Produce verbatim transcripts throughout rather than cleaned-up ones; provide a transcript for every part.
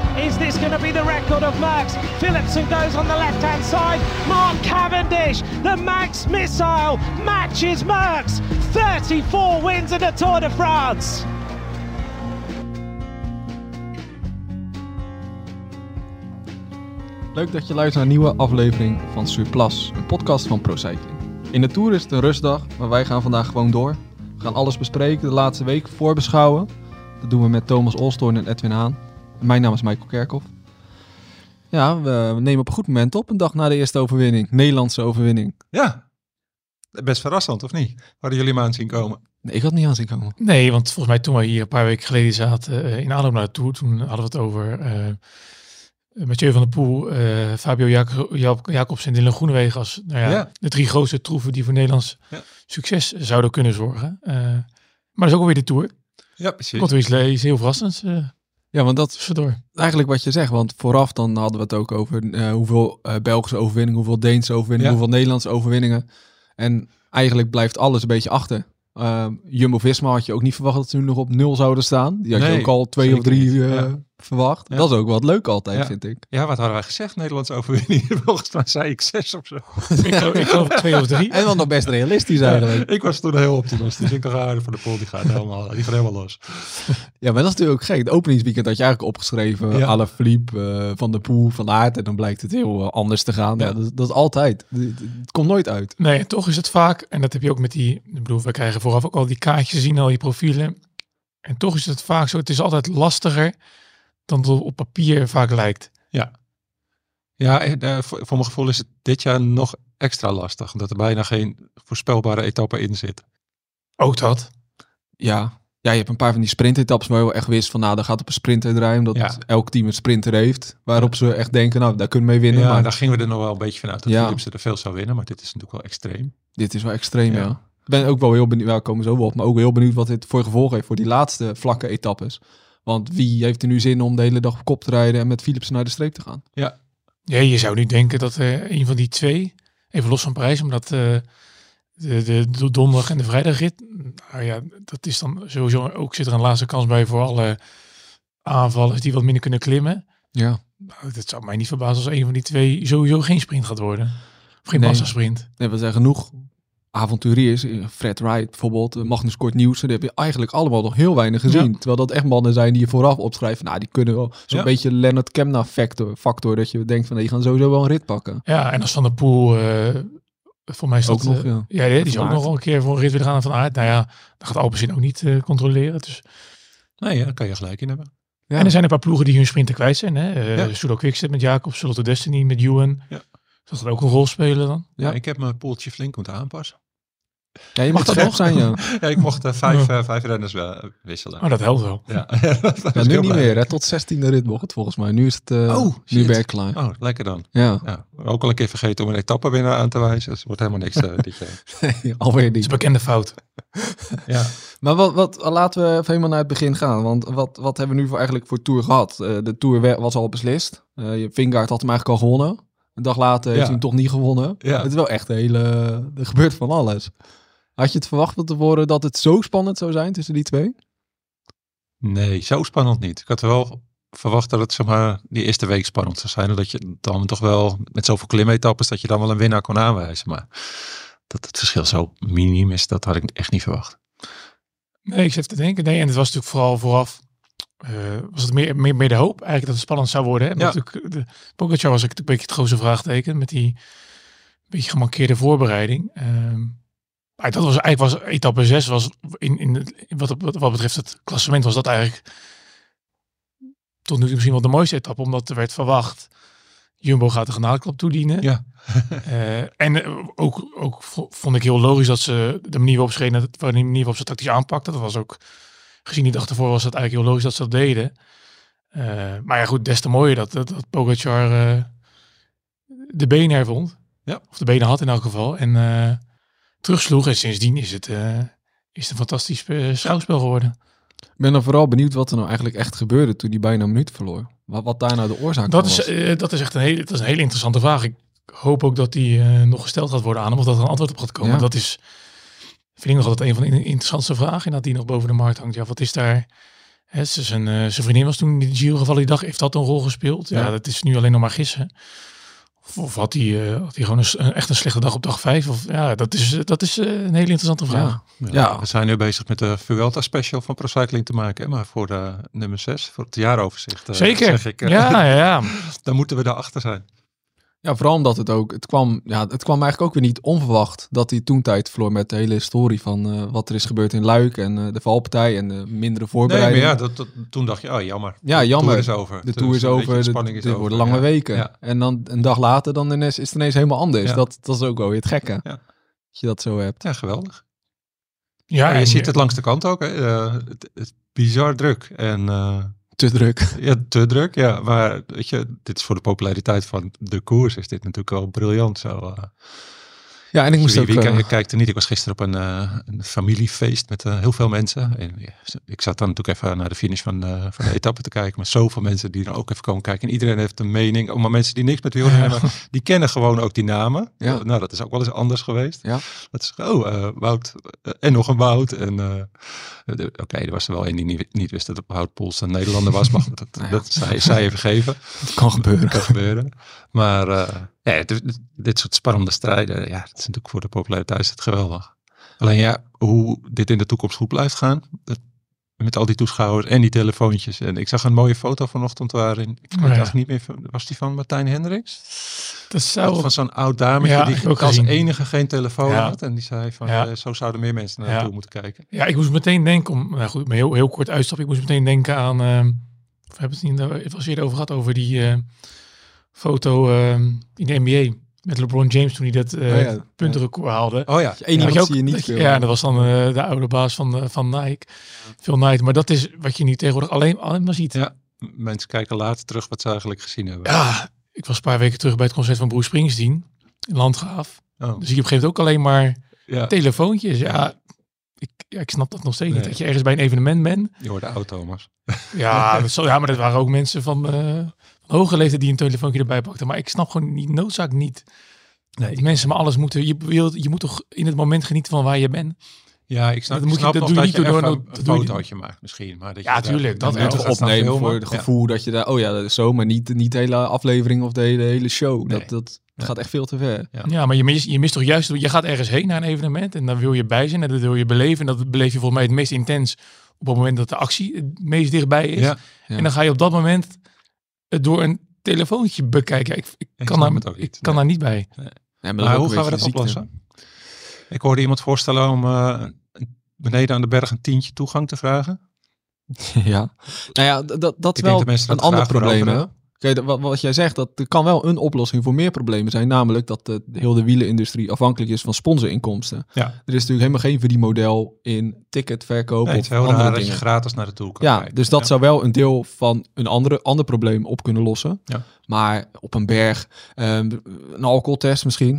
Is this going to be the record of Merckx? Philipsen goes on the left-hand side. Mark Cavendish, the Max missile, matches Merckx. thirty-four wins in the Tour de France. Leuk dat je luistert naar een nieuwe aflevering van Surplus, een podcast van ProCycling. In de Tour is het een rustdag, maar wij gaan vandaag gewoon door. We gaan alles bespreken, de laatste week voorbeschouwen. Dat doen we met Thomas Olsthoorn en Edwin Haan. Mijn naam is Michael Kerkhoff. Ja, we nemen op een goed moment op, een dag na de eerste overwinning. Nederlandse overwinning. Ja, best verrassend, of niet? Hadden jullie hem aan zien komen? Nee, ik had het niet aan zien komen. Nee, want volgens mij toen we hier een paar weken geleden zaten uh, in aanloop naar de Tour, toen hadden we het over uh, Mathieu van der Poel, uh, Fabio Jak- Jak- Jacobs en Dylan Groenewegen als nou ja, ja. de drie grootste troeven die voor Nederlands ja. succes zouden kunnen zorgen. Uh, maar dat is ook alweer de Tour. Ja, precies. Komt weer iets heel verrassends. Uh, ja, want dat is door. Eigenlijk wat je zegt, want vooraf dan hadden we het ook over uh, hoeveel uh, Belgische overwinningen, hoeveel Deense overwinningen, ja. hoeveel Nederlandse overwinningen. En eigenlijk blijft alles een beetje achter. Uh, Jumbo-Visma had je ook niet verwacht dat ze nu nog op nul zouden staan. Die had nee, je ook al twee of drie uh, ja. verwacht. Ja. Dat is ook wat leuk altijd, ja. vind ik. Ja, wat hadden wij gezegd? Nederlandse overwinning. Volgens mij zei ik zes of zo. ik, geloof, ik geloof twee of drie. En dan nog best realistisch eigenlijk. Ja, ik was toen heel optimistisch. Ik dacht, ah, voor de Poel, die gaat helemaal, die gaat helemaal los. Ja, maar dat is natuurlijk ook gek. De openingsweekend had je eigenlijk opgeschreven. Ja. Alaphilippe, uh, Van der Poel, Van Aert. En dan blijkt het heel uh, anders te gaan. Ja. Ja, dat, dat is altijd. Het, het komt nooit uit. Nee, en toch is het vaak. En dat heb je ook met die. Ik bedoel, we krijgen vooraf ook al die kaartjes te zien, al die profielen. En toch is het vaak zo. Het is altijd lastiger dan het op papier vaak lijkt. Ja. Ja, uh, voor, voor mijn gevoel is het dit jaar nog extra lastig. Omdat er bijna geen voorspelbare etappe in zit. Ook dat. Ja. Ja, je hebt een paar van die sprintetappes waar je wel echt wist van, nou, daar gaat op een sprinter draaien, omdat ja. elk team een sprinter heeft, waarop ja. ze echt denken, nou, daar kunnen we mee winnen. Ja, maar daar gingen we er nog wel een beetje vanuit dat ja. Philipsen er veel zou winnen, maar dit is natuurlijk wel extreem. Dit is wel extreem, ja. ja. Ik ben ook wel heel benieuwd, wel komen zo wel op, maar ook heel benieuwd wat dit voor gevolg heeft voor die laatste vlakke etappes. Want wie heeft er nu zin om de hele dag op kop te rijden en met Philipsen naar de streep te gaan? Ja. Ja, je zou nu denken dat uh, een van die twee, even los van Parijs, omdat uh, de, de, de donderdag en de vrijdagrit, nou ja, dat is dan sowieso ook, zit er een laatste kans bij voor alle aanvallers die wat minder kunnen klimmen. Ja. Nou, dat zou mij niet verbazen als een van die twee sowieso geen sprint gaat worden. Of geen nee. massasprint. Nee, we zijn genoeg avonturiers, Fred Wright bijvoorbeeld, Magnus Kort Nielsen, die heb je eigenlijk allemaal nog heel weinig gezien. Ja. Terwijl dat echt mannen zijn die je vooraf opschrijven, nou, die kunnen wel zo'n ja. beetje Lennart Kemna factor, factor, dat je denkt van, nee, die gaan sowieso wel een rit pakken. Ja, en als Van der Poel, uh, voor mij is ook dat, nog, ja. Ja, die, die is ook nog wel een keer voor een rit willen gaan van Aert. Nou ja, dan gaat Alpecin ook niet uh, controleren. Dus. Nee, ja, daar kan je gelijk in hebben. Ja. En er zijn een paar ploegen die hun sprinten kwijt zijn. Hè? Uh, ja. Soudal Quickstep met Jacobs, Lotto Destiny met Ewan. Ja. Zal dat ook een rol spelen dan? Ja, ja, ik heb mijn poeltje flink moeten aanpassen. Ja, je mag dat nog zijn, ja. Ja, ik mocht uh, vijf, uh, vijf renners uh, wisselen. Oh, dat helpt wel. Ja, ja nu niet meer, hè? Tot zestiende rit mocht het volgens mij. Nu is het uh, oh, nu weer klaar. Oh, lekker dan. Ja. ja. Ook al een keer vergeten om een etappewinnaar aan te wijzen. Dus het wordt helemaal niks uh, dit jaar. Nee, alweer niet. Het is een bekende fout. Ja. Maar wat, wat, laten we even helemaal naar het begin gaan. Want wat, wat hebben we nu voor, eigenlijk voor Tour gehad? Uh, de Tour was al beslist. Uh, Vingegaard had hem eigenlijk al gewonnen. Een dag later ja. heeft hij hem toch niet gewonnen. Ja. Het is wel echt een hele... Er gebeurt van alles. Had je het verwacht van tevoren dat het zo spannend zou zijn tussen die twee? Nee, zo spannend niet. Ik had wel verwacht dat het zeg maar, die eerste week spannend zou zijn. Dat je dan toch wel met zoveel klimetappes dat je dan wel een winnaar kon aanwijzen. Maar dat het verschil zo miniem is, dat had ik echt niet verwacht. Nee, ik zit te denken. Nee, en het was natuurlijk vooral vooraf. Uh, was het meer, meer, meer de hoop eigenlijk dat het spannend zou worden. Hè? Ja. Natuurlijk, de Pogacar was een beetje het grootste vraagteken met die beetje gemankeerde voorbereiding. Um, Maar dat was eigenlijk was etappe zes was in, in, in wat, wat, wat betreft het klassement was dat eigenlijk tot nu toe misschien wel de mooiste etappe, omdat er werd verwacht Jumbo gaat de genadeklap toedienen. Ja. uh, en ook, ook vond ik heel logisch dat ze de manier waarop schenen, de manier waarop ze tactisch aanpakten. Dat was ook gezien die dag ervoor was dat eigenlijk heel logisch dat ze dat deden. Uh, maar ja, goed, des te mooier dat, dat, dat Pogacar uh, de benen hervond. Ja. Of de benen had in elk geval. En uh, terugsloeg. En sindsdien is het, uh, is het een fantastisch uh, schouwspel geworden. Ik ben dan vooral benieuwd wat er nou eigenlijk echt gebeurde toen hij bijna een minuut verloor. Wat, wat daar nou de oorzaak dat van is, was. Uh, dat is echt een hele, dat is een hele interessante vraag. Ik hoop ook dat die uh, nog gesteld gaat worden aan hem. Of dat er een antwoord op gaat komen. Ja. Dat is, vind ik nog altijd een van de interessantste vragen. En dat die nog boven de markt hangt. Ja, wat is daar Hè, zijn, uh, zijn vriendin was toen in de Giro gevallen die dag. Heeft dat een rol gespeeld? Ja, ja dat is nu alleen nog maar gissen. Of, of had hij uh, had hij gewoon een, een, echt een slechte dag op dag vijf? Of, ja, dat is, dat is uh, een hele interessante vraag. Ja. Ja, ja. We zijn nu bezig met de Vuelta special van Procycling te maken. Hè? Maar voor de nummer zes, voor het jaaroverzicht. Uh, Zeker, zeg ik, uh, ja, ja, ja. Dan moeten we daarachter zijn. Ja, vooral omdat het ook, het kwam, ja, het kwam eigenlijk ook weer niet onverwacht dat hij toen tijd verloor met de hele historie van uh, wat er is gebeurd in Luik en uh, de valpartij en de mindere voorbereiding. Nee, maar ja, dat, dat, toen dacht je, oh jammer. Ja, jammer. De Tour is over. De Tour is over, de spanning is over. Worden lange ja. weken. Ja. En dan een dag later dan ineens, is het ineens helemaal anders. Ja. Dat, dat is ook wel weer het gekke. Ja. Dat je dat zo hebt. Ja, geweldig. Ja, en je ziet het langs de kant ook. Hè. Uh, het, het bizar druk en... Uh, Te druk. Ja, te druk, ja. Maar weet je, dit is voor de populariteit van de koers is dit natuurlijk wel briljant zo. Uh. Ja, en ik moest wie, ook... Wie uh... kijkt er niet? Ik was gisteren op een, uh, een familiefeest met uh, heel veel mensen. En, ja, ik zat dan natuurlijk even naar de finish van, uh, van de etappe te kijken. Maar zoveel mensen die dan ook even komen kijken. En iedereen heeft een mening. Ook maar mensen die niks met wielrennen ja. hebben, die kennen gewoon ook die namen. Ja. Nou, dat is ook wel eens anders geweest. Ja. Dat is, oh, uh, Wout. Uh, en nog een Wout. En uh, Oké, okay, er was er wel één die niet, niet wist dat Wout Poels een Nederlander was. Maar dat, nou ja. dat zij, zij even geven. Het kan gebeuren. Dat kan gebeuren. Maar uh, ja, dit, dit soort spannende strijden, ja, dat is natuurlijk voor de populariteit is het geweldig. Alleen ja, hoe dit in de toekomst goed blijft gaan, dat, met al die toeschouwers en die telefoontjes. En ik zag een mooie foto vanochtend waarin, ik weet oh, ja. niet meer, was die van Martijn Hendricks? Dat zou... Dat van zo'n oud dame ja, die als gezien. enige geen telefoon ja. had. En die zei van, ja. uh, zo zouden meer mensen naar naartoe ja. moeten kijken. Ja, ik moest meteen denken, om, nou goed, heel, heel kort uitstappen, ik moest meteen denken aan, uh, we hebben het niet, het was eerder over gehad, over die uh, foto uh, in de N B A. Met LeBron James toen hij dat uh, oh ja, puntenrecord haalde. Oh ja, één iemand ook, zie je niet veel. Ja, dat was dan uh, de oude baas van, uh, van Nike. Phil Knight. Maar dat is wat je nu tegenwoordig alleen, alleen maar ziet. Ja, mensen kijken later terug wat ze eigenlijk gezien hebben. Ja, ik was een paar weken terug bij het concert van Bruce Springsteen. In Landgraaf. Oh. Dus ik op een gegeven moment ook alleen maar ja. telefoontjes. Ja, ik, ja, ik snap dat nog steeds nee. niet. Dat je ergens bij een evenement bent. Je hoorde oud Thomas. Ja, dat zo, ja, maar dat waren ook mensen van... Uh, hoge leeftijd die een telefoontje erbij pakte. Maar ik snap gewoon die noodzaak niet. Nee, dat mensen maar alles moeten. Je, wil, je moet toch in het moment genieten van waar je bent. Ja, ik snap, dat, moet je, dat, dat doe je niet door een fotootje maakt misschien. Maar dat ja, je tuurlijk. Dat moet je opnemen voor het gevoel ja. dat je daar... Oh ja, dat is zo. Maar niet, niet de hele aflevering of de hele, hele show. Nee. Dat, dat nee. gaat echt veel te ver. Ja, ja maar je mist, je mist toch juist... Je gaat ergens heen naar een evenement. En dan wil je bij zijn. En dat wil je beleven. En dat beleef je volgens mij het meest intens... op het moment dat de actie het meest dichtbij is. Ja. Ja. En dan ga je op dat moment... door een telefoontje bekijken. Ik, ik, ik kan, daar, ik niet. kan nee. daar niet bij. Nee. Nee, maar maar hoe gaan we dat oplossen? Ik hoorde iemand voorstellen om uh, beneden aan de berg een tientje toegang te vragen. Ja, nou ja, dat, dat is wel een ander probleem. Hè? Kijk, wat, wat jij zegt, dat er kan wel een oplossing voor meer problemen zijn. Namelijk dat de, de hele wielenindustrie afhankelijk is van sponsorinkomsten. Ja. Er is natuurlijk helemaal geen verdienmodel in ticketverkoop. Nee, of andere dingen. Dat je gratis naar de toe kan Ja, kijken. dus dat ja. zou wel een deel van een andere, ander probleem op kunnen lossen. Ja. Maar op een berg, um, een alcoholtest misschien.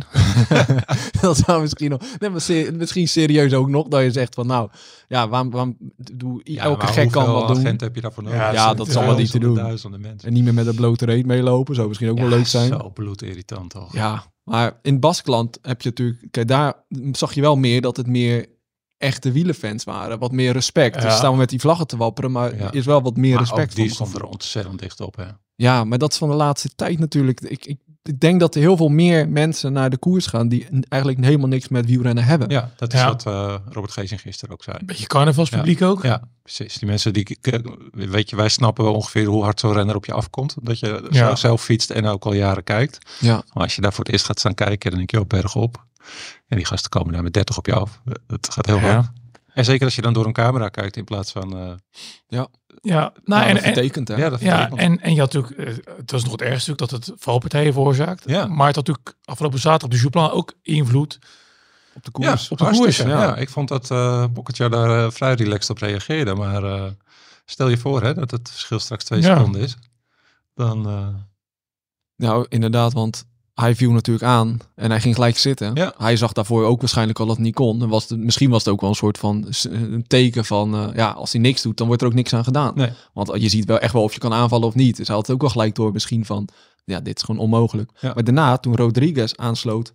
Dat zou misschien nog... Nee, maar ser, misschien serieus ook nog, dat je zegt van nou... Ja, waarom, waarom doe ja, elke gek kan wat doen? Agent heb je daarvoor nodig? Ja, ja dat is allemaal niet te doen. Duizenden mensen. En niet meer met een blote reet meelopen, zou misschien ook ja, wel leuk zijn. Zo bloedirritant toch? Ja, maar in Baskeland heb je natuurlijk... Kijk, daar zag je wel meer dat het meer echte wielenfans waren. Wat meer respect. Ja. Dus staan we met die vlaggen te wapperen, maar er ja. is wel wat meer maar respect. Ook die stond er ontzettend dicht op, hè? Ja, maar dat is van de laatste tijd natuurlijk. Ik, ik, ik denk dat er heel veel meer mensen naar de koers gaan die eigenlijk helemaal niks met wielrennen hebben. Ja, dat is ja. wat uh, Robert Geesing gisteren ook zei. Een beetje carnavalspubliek ja. ook. Ja, precies. Die mensen die, weet je, wij snappen wel ongeveer hoe hard zo'n renner op je afkomt. Dat je ja. zelf fietst en ook al jaren kijkt. Ja. Maar als je daar voor het eerst gaat staan kijken, dan denk je op berg op. En die gasten komen daar met dertig op je af. Dat gaat heel ja. hard. En zeker als je dan door een camera kijkt in plaats van... Uh, ja. Ja, nou, en, dat vertekent, hè? Ja, dat ja en, en je had natuurlijk, het was nog het ergste stuk dat het valpartijen veroorzaakt. Ja. Maar het had natuurlijk afgelopen zaterdag op de Jouplan ook invloed op de koers. Ja, op de koers. Ja. Ja, ik vond dat uh, Pogačar daar uh, vrij relaxed op reageerde. Maar uh, stel je voor hè, dat het verschil straks twee ja. seconden is. Dan... Uh... Nou, inderdaad, want... Hij viel natuurlijk aan en hij ging gelijk zitten. Ja. Hij zag daarvoor ook waarschijnlijk al dat het niet kon. En was het, misschien was het ook wel een soort van een teken van... Uh, ja, als hij niks doet, dan wordt er ook niks aan gedaan. Nee. Want je ziet wel echt wel of je kan aanvallen of niet. Dus hij had het ook wel gelijk door misschien van... ja, dit is gewoon onmogelijk. Ja. Maar daarna, toen Rodriguez aansloot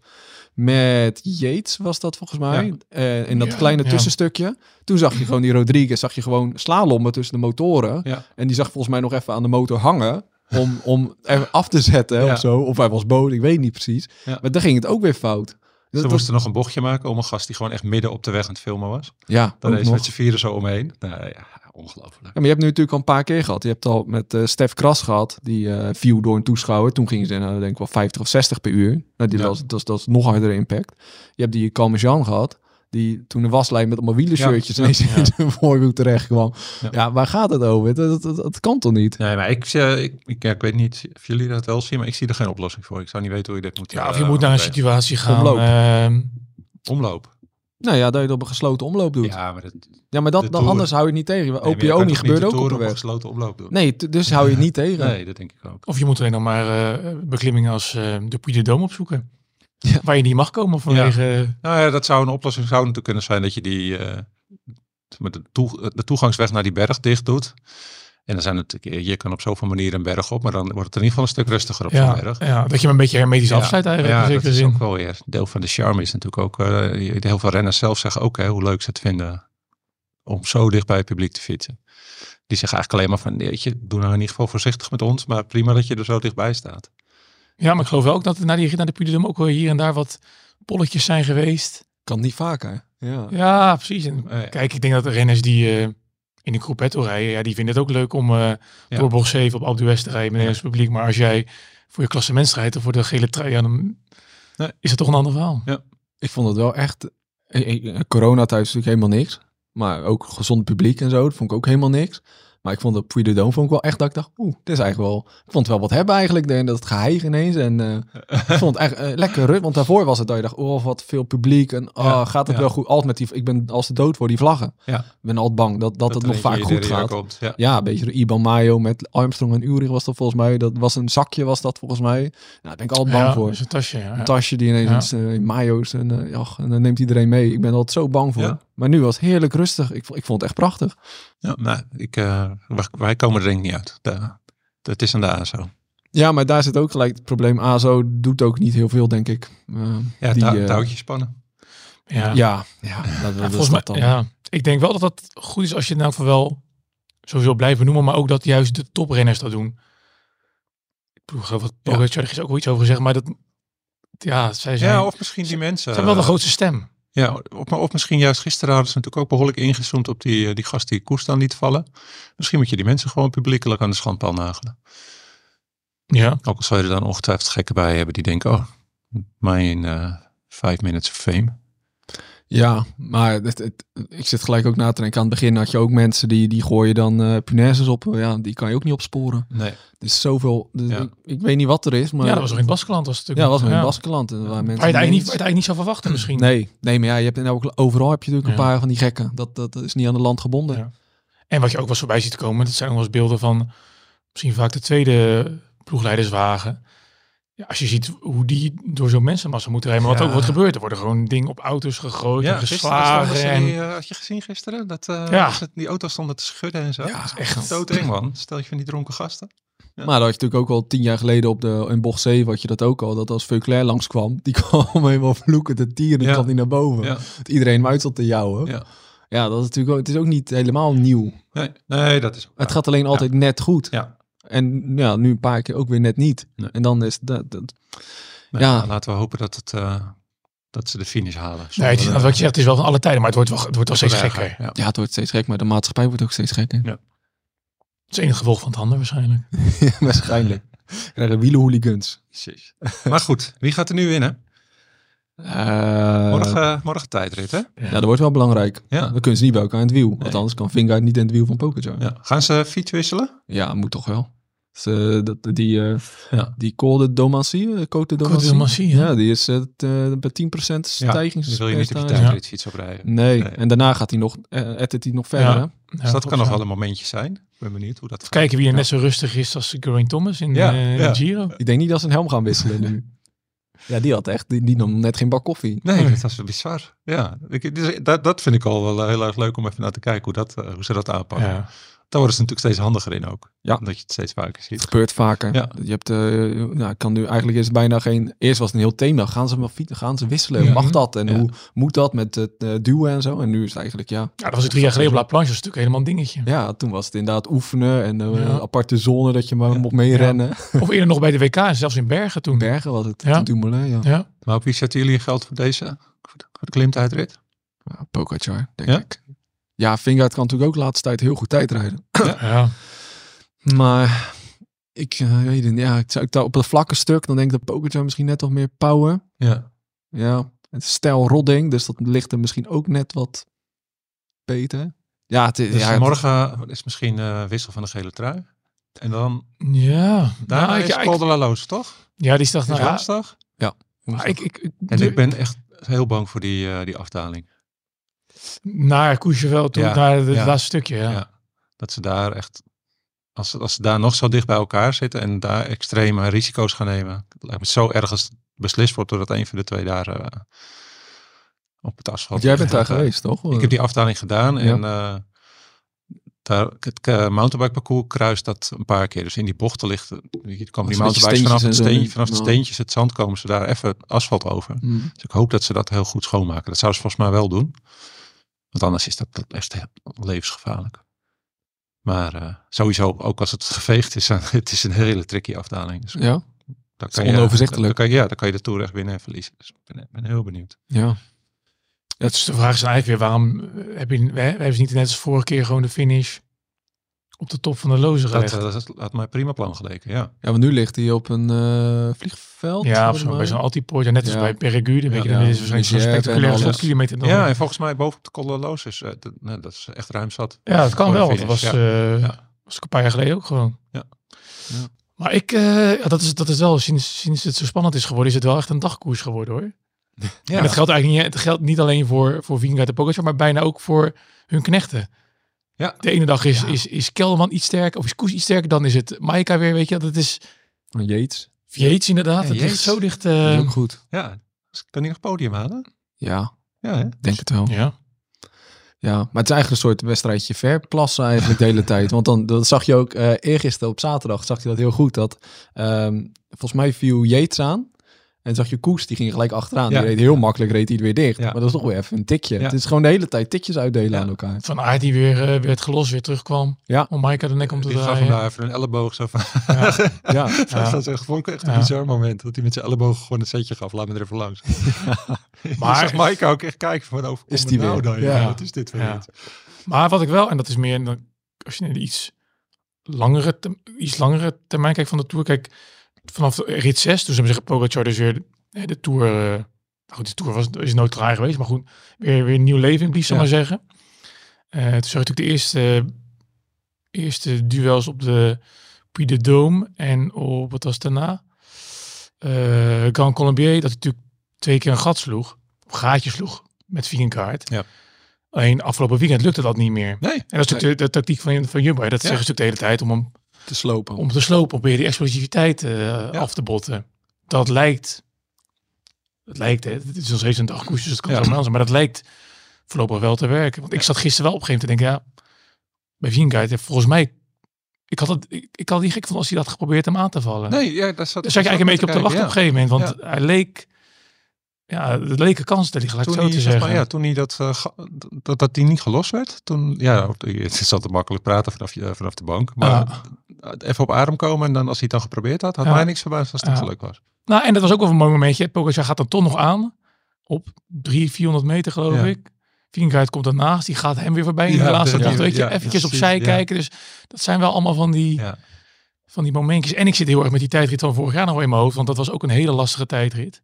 met Yates, was dat volgens mij, Ja. uh, in dat Ja, kleine ja. tussenstukje. Toen zag je gewoon die Rodriguez, zag je gewoon slalommen tussen de motoren. Ja. En die zag volgens mij nog even aan de motor hangen om, om even af te zetten Ja. of zo. Of hij was boos, ik weet niet precies. Ja. Maar dan ging het ook weer fout. Ze Dat- moesten nog een bochtje maken om een gast die gewoon echt midden op de weg aan het filmen was. Ja, Daar ook is nog. met z'n vieren zo omheen. Nou ja, ongelooflijk. Ja, maar je hebt nu natuurlijk al een paar keer gehad. Je hebt al met uh, Stef Kras gehad, die uh, viel door een toeschouwer. Toen gingen ze, nou, denk ik wel vijftig of zestig per uur. Nou, die Ja. was, dat, is, dat is nog hardere impact. Je hebt die Calmejean gehad, die toen de waslijn met allemaal wielershirtjes Ja. ineens Ja. in zijn voorwiel terecht kwam. Ja. Ja. waar gaat het over? Dat, dat, dat, dat kan toch niet? Nee, maar ik, uh, ik, ik, ja, ik weet niet of jullie dat wel zien, maar ik zie er geen oplossing voor. Ik zou niet weten hoe je dit moet Ja, of uh, je moet naar een opbrengen. situatie gaan. Omloop. ehm, Omloop. Nou ja, dat je het op een gesloten omloop doet. Ja, Ja, maar, dat, maar de dat, dan Tour- anders hou je het niet tegen. nee, maar je O P O kan niet toch gebeurt de ook op Tour de op een weg. gesloten omloop doen. Nee, t- dus hou je het niet tegen. Nee, dat denk ik ook. of je moet alleen nog maar uh, beklimmingen als uh, de Puy de Dôme opzoeken. Ja. Waar je niet mag komen vanwege... Nou ja, dat zou een oplossing zou natuurlijk kunnen zijn dat je die uh, met de, toe, de toegangsweg naar die berg dicht doet. En dan zijn het, je kan op zoveel manieren een berg op, maar dan wordt het in ieder geval een stuk rustiger op zo'n Ja, berg. ja, dat je hem een beetje hermetisch afsluit eigenlijk. Ja, in dat zekere is zin. ook wel weer deel van de charme is natuurlijk ook, uh, heel veel renners zelf zeggen ook hè, hoe leuk ze het vinden om zo dicht bij het publiek te fietsen. Die zeggen eigenlijk alleen maar van, weet je, doe nou in ieder geval voorzichtig met ons, maar prima dat je er zo dichtbij staat. Ja, maar ik geloof wel ook dat er naar, die, naar de Puy de Dôme ook wel hier en daar wat polletjes zijn geweest. Kan niet vaker. Ja. Ja, precies. En Ja, ja. kijk, ik denk dat de renners die uh, in de Gruppetto rijden, ja, die vinden het ook leuk om uh, Ja. door bocht zeven op Alpe d'Huez te rijden met Ja. het publiek. Maar als jij voor je klassement rijdt of voor de gele trui, ja, dan Nee. is het toch een ander verhaal. Ik vond het wel echt... eh, eh, Coronatijd is natuurlijk helemaal niks. Maar ook gezond publiek en zo, dat vond ik ook helemaal niks. Maar ik vond de Puy de Dôme vond ik wel echt dat ik dacht, oeh, dit is eigenlijk wel... Ik vond het wel wat hebben eigenlijk, de- dat het geheig ineens. En uh, ik vond het echt uh, lekker rust. Want daarvoor was het dat je dacht, oh, wat veel publiek. En oh, Ja, gaat het ja. wel goed? Altijd met die, ik ben als de dood voor die vlaggen. Ja. Ik ben altijd bang dat, dat, het er nog eentje vaak in goed de rear gaat. komt. Ja. Ja, een beetje de Iban Mayo met Armstrong en Ulrich was dat volgens mij. Dat was een zakje was dat volgens mij. Nou, daar ben ik altijd bang Ja, voor. dus een tasje. Ja. Een tasje die ineens Ja. in, uh, in mayo's en, uh, ja, en dan neemt iedereen mee. Ik ben er altijd zo bang voor. Ja. Maar nu was het heerlijk rustig. Ik, vond- ik vond het echt prachtig. Ja, nou, ik, uh, wij, wij komen er denk ik niet uit. De, de, het is aan de A S O. Ja, maar daar zit ook gelijk het probleem. A S O doet ook niet heel veel, denk ik. Uh, Ja, die, touw- uh, touwtjes spannen. Ja. Ja, ja, dat, Ja, dat is volgens mij, dat dan. ja, ik denk wel dat dat goed is als je het nou wel sowieso blijven noemen, maar ook dat juist de toprenners dat doen. Ik bedoel, geloof dat Pogacar, er is ook wel iets over gezegd, maar dat, ja, zij zijn, Ja, of misschien die mensen. zijn wel de grootste stem. Ja, of, maar of misschien juist gisteren hadden ze natuurlijk ook behoorlijk ingezoomd op die, uh, die gast die koers dan liet vallen. Misschien moet je die mensen gewoon publiekelijk aan de schandpaal nagelen. Ja, Ook al zou je er dan ongetwijfeld gekken bij hebben die denken, oh, mijn uh, five minutes of fame. Ja, maar het, het, ik zit gelijk ook na te denken. Aan het begin had je ook mensen die, die gooien dan uh, punaises op. Ja, die kan je ook niet opsporen. Nee. Er is zoveel... Dus Ja. ik, ik weet niet wat er is, maar... ja, dat was nog in het Baskeland. Was het Ja, natuurlijk. dat was nog in Ja. Baskeland. En waar mensen Waar je het eigenlijk niet, ineens- waar je het eigenlijk niet zou verwachten misschien. Nee, nee, maar ja, je hebt en ook overal heb je natuurlijk een Ja. paar van die gekken. Dat, dat is niet aan de land gebonden. Ja. En wat je ook wel eens voorbij ziet komen, dat zijn ook wel eens beelden van misschien vaak de tweede ploegleiderswagen. Ja, als je ziet hoe die door zo'n mensenmassa moeten rijden, maar wat Ja. ook wordt gebeurd. Er worden gewoon dingen op auto's gegooid en geslagen. gisteren En, die, uh, had je gezien gisteren? Dat uh, Ja. ze die auto's stonden te schudden en zo. Ja, Dat is echt. echt doodeng, man. Stel je van die dronken gasten. Ja. Maar dat had je natuurlijk ook al tien jaar geleden op de in bocht zeven had je dat ook al. Dat als Veuclair langskwam, die kwam helemaal vloeken de tieren, Ja. kwam die naar boven. Ja. Dat iedereen hem uit zat te jouwen. Ja. Ja. dat is natuurlijk ook, het is ook niet helemaal nieuw. Nee, nee, dat is ook Het waar. gaat alleen altijd net goed. Ja. En ja, nu een paar keer ook weer net niet. Nee. En dan is dat... dat Nee, ja. nou, laten we hopen dat, het, uh, dat ze de finish halen. nee, het is, Zonder, wat je zegt, het is wel van alle tijden, maar het wordt wel, het wordt wel steeds uh, gekker. Ja. ja, het wordt steeds gek, maar de maatschappij wordt ook steeds gekker. Ja. Het is het enige gevolg van het ander waarschijnlijk. Ja, waarschijnlijk. We krijgen wielenhooligans. Precies. Maar goed, wie gaat er nu winnen? Uh, Morgen, morgen tijdrit, hè? Ja, dat wordt wel belangrijk. Ja. Dan kunnen ze niet bij elkaar in het wiel. Want Nee. anders kan Vingegaard niet in het wiel van Pogacar. Ja, Ja. Gaan ze fiets wisselen? moet toch wel. Dus, uh, dat, die uh, Ja. die Col de Domancy, uh, Côte de Domancy. Domancy, ja. ja. die is uh, t, uh, bij tien procent stijgings. Die wil je niet op je percentage. tijdritfiets oprijden. Nee. Nee. en daarna gaat hij nog, uh, ettert hij nog verder. Ja. hè? Ja, Dus dat klopt, kan nog ja. wel een momentje zijn. Ik ben benieuwd hoe dat gaat. Kijken wie er Ja. net zo rustig is als Geraint Thomas in Ja, uh, ja. Giro. Ik denk niet dat ze een helm gaan wisselen nu. Ja, die had echt, die, die nam net geen bak koffie. Nee, dat was bizar. Ja, ik, dus, dat, dat vind ik al wel uh, heel erg leuk om even naar te kijken hoe, dat, uh, hoe ze dat aanpakken. Ja. daar worden ze natuurlijk steeds handiger in ook. Ja. Omdat je het steeds vaker ziet. Het gebeurt vaker. Ja. Je hebt, uh, nou, kan nu eigenlijk is het bijna geen. Eerst was het een heel thema. Gaan ze wel fietsen? Gaan ze wisselen? Ja. Mag dat? En Ja. hoe moet dat met het uh, duwen en zo? En nu is het eigenlijk ja. Ja, dat was het drie jaar geleden op La Planche. Dat is natuurlijk helemaal een dingetje. Ja, toen was het inderdaad oefenen en uh, Ja. een aparte zone dat je maar Ja. mocht meerennen. Of eerder nog bij de W K en zelfs in Bergen toen. Bergen was het. Ja. Dumoulin, ja. Ja. Maar op wie zetten jullie geld voor deze? Voor de, voor de klimtijdrit? ja Pogacar, denk Ja? ik. Ja, Vingegaard kan natuurlijk ook de laatste tijd heel goed tijd rijden. Ja. Maar ik uh, weet het, ja, ik zou ik daar op het vlakke stuk, dan denk ik dat Pogacar misschien net wat meer power. Ja. Ja, het is stijl rodding, dus dat ligt er misschien ook net wat beter. Ja, het, Dus ja, het- morgen is misschien uh, wissel van de gele trui. En dan Ja. daarna Nou, is ik- Col de la Loze, toch? Ja, die is toch Het is nou, ja, woensdag. maar ik, ik, ik, En ik ben echt heel bang voor die, uh, die afdaling. naar Courchevel toe, Ja, naar het ja. laatste stukje. Ja. Ja. Dat ze daar echt, als ze, als ze daar nog zo dicht bij elkaar zitten en daar extreme risico's gaan nemen. Het lijkt me zo erg als het beslist wordt doordat een van de twee daar uh, op het asfalt. Want jij bent daar ligt. geweest, toch? Ik heb die afdaling gedaan Ja. en uh, daar, het uh, mountainbike parcours kruist dat een paar keer. Dus in die bochten ligt, weet je, komen die Zo'n beetje mountainbikes vanaf, het steentjes en zo. steentje, vanaf de Nou. steentjes, het zand, komen ze daar even het asfalt over. Mm. Dus ik hoop dat ze dat heel goed schoonmaken. Dat zou ze volgens mij wel doen. Want anders is dat, dat echt heel levensgevaarlijk. Maar uh, sowieso, ook als het geveegd is, het is een hele tricky afdaling. Dus Ja, dan is onoverzichtelijk. Dan kan je, ja, dan kan je de Tour echt winnen en verliezen. Dus ik ben, ben heel benieuwd. ja. Dat is de vraag is dan eigenlijk weer, waarom eh, heb je, we hebben ze niet net als vorige keer gewoon de finish op de top van de loze Dat, gelegd? uh, dat had mij prima plan geleken, ja. Ja, want nu ligt hij op een uh, vliegveld. Ja, of volgens zo, mij. bij zo'n altipoort. Ja, net als Ja. bij Peregude. Weet je, Ja, dan ja, is het waarschijnlijk zo'n Niger en spectaculaire alles. slotkilometer. Dan. Ja, en volgens mij boven op de Col de la Loze is uh, de, nee, dat is echt ruim zat. Ja, dat kan Voor de wel. Want dat was, finish, uh, Ja. was ook een paar jaar geleden ook gewoon. Ja. Ja. Maar ik, uh, ja, dat, is, dat is wel, sinds, sinds het zo spannend is geworden, is het wel echt een dagkoers geworden hoor. Ja. En dat geldt eigenlijk niet, het geldt niet alleen voor, voor Vingegaard en Pogacar, maar bijna ook voor hun knechten. Ja. De ene dag is, Ja. is, is Kelderman iets sterker, of is Koes iets sterker, dan is het Maika weer, weet je. Dat is Van Yates. Yates inderdaad, Ja, dat ligt Yates. zo dicht. Dat Uh, is ook goed. Ja, dus kan hij nog podium halen? Ja, Ja, hè? denk het wel. ja. Ja, maar het is eigenlijk een soort wedstrijdje verplassen eigenlijk de hele tijd. Want dan dat zag je ook uh, eergisteren op zaterdag, zag je dat heel goed. Dat um, volgens mij viel Yates aan. En zag je Koes, die ging gelijk achteraan. Ja. Die reed heel makkelijk, reed hij weer dicht. Ja. Maar dat is toch weer even een tikje. Ja. Het is gewoon de hele tijd tikjes uitdelen Ja. aan elkaar. Van Aert die weer uh, werd gelost, weer terugkwam. Ja. Om Maika de nek om te Die gaf draaien. hem daar even een elleboog zo van. Ja. Ja, Dat Ja. was echt, vond ik echt een Ja. bizar moment. Dat hij met zijn elleboog gewoon een setje gaf. Laat me er even langs. Maar- Maar zag Maaike ook echt kijken van over. Is die nou weer? dan? Ja. Ja. Wat is dit voor Ja. iets? Maar wat ik wel, en dat is meer dan- als je naar de iets langere, te- iets langere termijn kijkt van de Tour. Kijk, vanaf rit zes, toen ze zeggen Pogacar dus weer de, de Tour. Uh, nou goed, de Tour was, is nooit klaar geweest, maar goed, weer, weer een nieuw leven in blies, zal Ja. maar zeggen. Uh, toen zag je natuurlijk de eerste, eerste duels op de Puy de Dôme en op, wat was daarna? Uh, Grand Colombier, dat hij natuurlijk twee keer een gat sloeg, of gaatje sloeg met Vingegaard. Ja. Alleen afgelopen weekend lukte dat niet meer. Nee. En dat is natuurlijk de, de tactiek van, van Jumbo. hè. Dat Ja. zeggen ze natuurlijk de hele tijd om hem te slopen. om te slopen, om weer die explosiviteit uh, af te botten. Dat lijkt, het lijkt, hè, het is nog steeds een dagkoers, dus het kan Ja. zo zijn, maar dat lijkt voorlopig wel te werken. Want ik zat gisteren wel op een gegeven moment te denken, ja, bij Vingegaard, ja, volgens mij, ik had het, ik, ik had niet gek van als hij dat geprobeerd hem aan te vallen. Nee, ja, daar zat, Daar zat je eigenlijk een beetje op te wachten op een gegeven moment, want Ja. hij leek, ja, het leek een kans te liggen, laat ik Toen het hij, zo te zeg zeggen. maar, ja, toen hij dat, uh, ga- dat, dat die niet gelost werd, toen, ja, op de- het is altijd makkelijk praten vanaf, je, vanaf de bank, maar Ja. even op adem komen en dan als hij het dan geprobeerd had, had Ja. mij niks verbaasd als het Ja. geluk was. Nou, en dat was ook wel een mooi momentje. Pogacar gaat dan toch nog aan. Op drie, vierhonderd meter geloof Ja. ik. Vingegaard komt ernaast. Die gaat hem weer voorbij in Ja, de laatste ja, dag. Weet je, ja, eventjes precies, opzij ja. kijken. Dus dat zijn wel allemaal van die, Ja. van die momentjes. En ik zit heel erg met die tijdrit van vorig jaar nog wel in mijn hoofd. Want dat was ook een hele lastige tijdrit.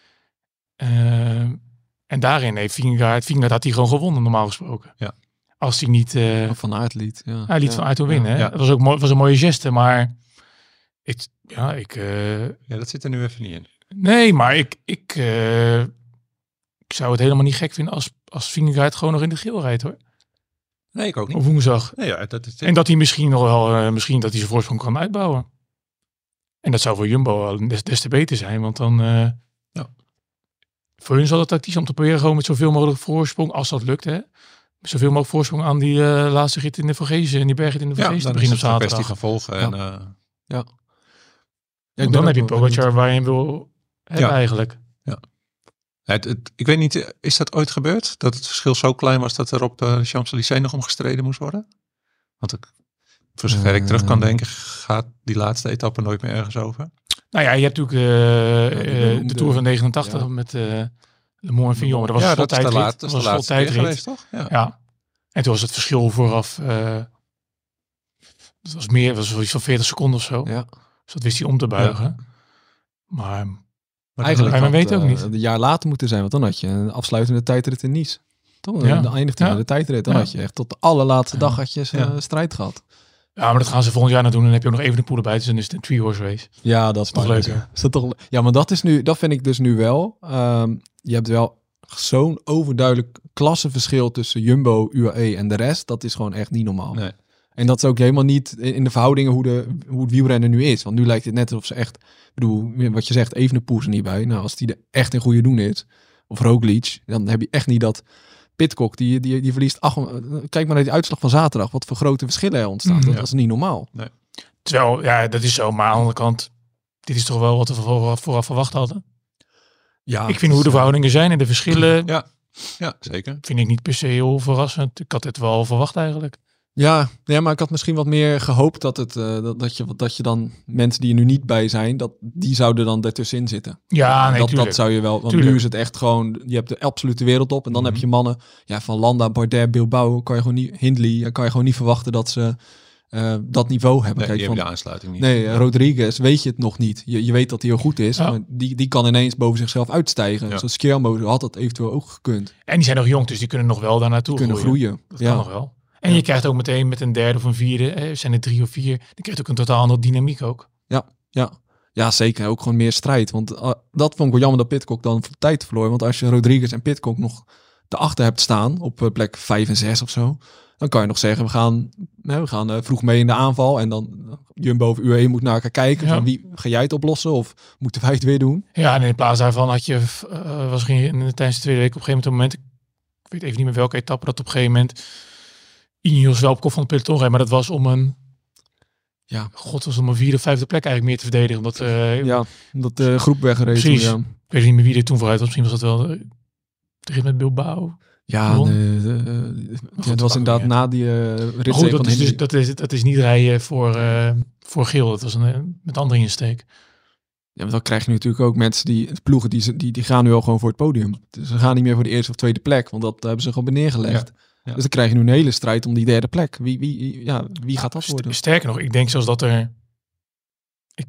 Uh, en daarin heeft Vingegaard, Vingegaard had hij gewoon gewonnen normaal gesproken. Ja. Als hij niet... Uh, Van Aert liet. Ja. hij liet ja. van Aert winnen. Ja. Hè? Ja. Dat was ook mooi, was een mooie geste. Maar ik, ja, ik... Uh, ja, dat zit er nu even niet in. Nee, maar ik, ik, uh, ik zou het helemaal niet gek vinden als, als Vingegaard gewoon nog in de geel rijdt hoor. Nee, ik ook niet. Op woensdag. Nee, ja, dat is En dat hij misschien nog wel, uh, misschien dat hij zijn voorsprong kan uitbouwen. En dat zou voor Jumbo wel des, des te beter zijn, want dan... Uh, ja. Voor hun zal het tactisch om te proberen gewoon met zoveel mogelijk voorsprong, als dat lukt hè. zoveel mogelijk voorsprong aan die uh, laatste rit in de Vergezen en die bergrit in de Vergezen ja, te beginnen op zaterdag. zaterdag. Kwestie van volgen. Ja. En, uh, Ja. Ja, dan heb je Pogacar waar je hem wil hebben Ja. eigenlijk. Ja. Het, het, ik weet niet, is dat ooit gebeurd? Dat het verschil zo klein was dat er op de Champs-Élysées nog om gestreden moest worden? Want ik, voor zover ik Uh, terug kan denken, gaat die laatste etappe nooit meer ergens over. Nou ja, je hebt natuurlijk uh, Ja, de uh, beroemde- de Tour van negenentachtig ja. met uh, Le Mans en Fignon. Maar dat was ja, een dat is de slottijdrit. laatste, Dat dat is was de een laatste keer slottijdrit. geweest, toch? Ja. Ja. En toen was het verschil vooraf, uh, dat was meer, was zoiets van veertig seconden of zo. Ja. Dus dat wist hij om te buigen. Maar Maar Eigenlijk maar had, men weet ook uh, niet. een jaar later moeten zijn, want dan had je een afsluitende tijdrit in Nice. Toch? Ja. Dan eindigde Ja. met de tijdrit. Dan Ja. had je echt tot de allerlaatste Ja. dag had je uh, Ja. strijd gehad. ja, maar dat gaan ze volgend jaar nog doen. En dan heb je ook nog even de poel erbij. Dus dan is het een three-horse race. Ja, dat is Nog fijn. leuker. Is dat toch, ja, maar dat is nu, dat vind ik dus nu wel. Um, je hebt wel zo'n overduidelijk klassenverschil tussen Jumbo, U A E en de rest. Dat is gewoon echt niet normaal. Nee. En dat is ook helemaal niet in de verhoudingen hoe, de, hoe het wielrennen nu is. Want nu lijkt het net alsof ze echt, ik bedoel, wat je zegt, Evenepoel is er niet bij. Nou, als die er echt in goede doen is, of Roglic, dan heb je echt niet dat Pidcock, die, die, die verliest, ach, kijk maar naar die uitslag van zaterdag, wat voor grote verschillen er ontstaan. Mhm. Dat Ja. is niet normaal. Terwijl, ja, dat is zo. Maar aan de andere kant, dit is toch wel wat we vooraf, vooraf verwacht hadden. Ja, Ik vind hoe de verhoudingen zijn en de verschillen, Ja. ja, zeker. vind ik niet per se heel verrassend. Ik had het wel verwacht eigenlijk. Ja, ja, maar ik had misschien wat meer gehoopt dat, het, uh, dat, dat, je, dat je dan mensen die er nu niet bij zijn, dat die zouden dan ertussenin zitten. Ja, nee, dat, tuurlijk. dat zou je wel, want Tuurlijk. nu is het echt gewoon, je hebt de absolute wereld op en dan Mhm. heb je mannen, ja, van Landa, Bardet, Bilbao, kan je gewoon niet, Hindley, kan je gewoon niet verwachten dat ze uh, dat niveau hebben. Nee, Kijk, die van, hebben de aansluiting niet. nee, uh, Rodriguez, weet je het nog niet. Je, je weet dat hij heel goed is, Ja. maar die, die kan ineens boven zichzelf uitstijgen. Ja. Zoals Schiamo had dat eventueel ook gekund. En die zijn nog jong, dus die kunnen nog wel daar naartoe Kunnen groeien. Dat ja. kan nog wel. En Ja. je krijgt ook meteen met een derde of een vierde, eh, zijn er drie of vier, dan krijg je ook een totaal andere dynamiek ook. Ja. Ja, zeker. Ook gewoon meer strijd. Want uh, dat vond ik wel jammer dat Pidcock dan tijd verloor. Want als je Rodriguez en Pidcock nog daarachter hebt staan, op uh, plek vijf en zes of zo, dan kan je nog zeggen, we gaan, nee, we gaan uh, vroeg mee in de aanval. En dan uh, Jumbo of U A E moet naar elkaar kijken. Ja. Van wie ga jij het oplossen of moeten wij het weer doen? Ja, en in plaats daarvan had je, uh, was er in, tijdens de tweede week op een gegeven moment, ik weet even niet meer welke etappe dat op een gegeven moment, Ineos wel op kop van het peloton reed, maar dat was om een, Ja. god, was om een vierde of vijfde plek eigenlijk meer te verdedigen. Omdat, uh, Ja, dat de groep weggereden. Precies. Ja, ik weet niet meer wie er toen vooruit was. Misschien was dat wel uh, de rit met Bilbao. ja, Won. de, de, de- God, ja, dat was dat inderdaad maakt na die uh, Maar rit goed, van dat is, Hindley. dus, dat, is, dat is niet rijden voor, uh, voor geel. Dat was een, uh, met andere insteek. Ja, maar dan krijg je natuurlijk ook mensen die ploegen die, die, die gaan nu al gewoon voor het podium. Dus ze gaan niet meer voor de eerste of tweede plek, want dat hebben ze gewoon neergelegd. Ja, ja. Dus dan krijg je nu een hele strijd om die derde plek. Wie, wie, ja, wie gaat dat St- worden? Sterker nog, ik denk zelfs dat er... Ik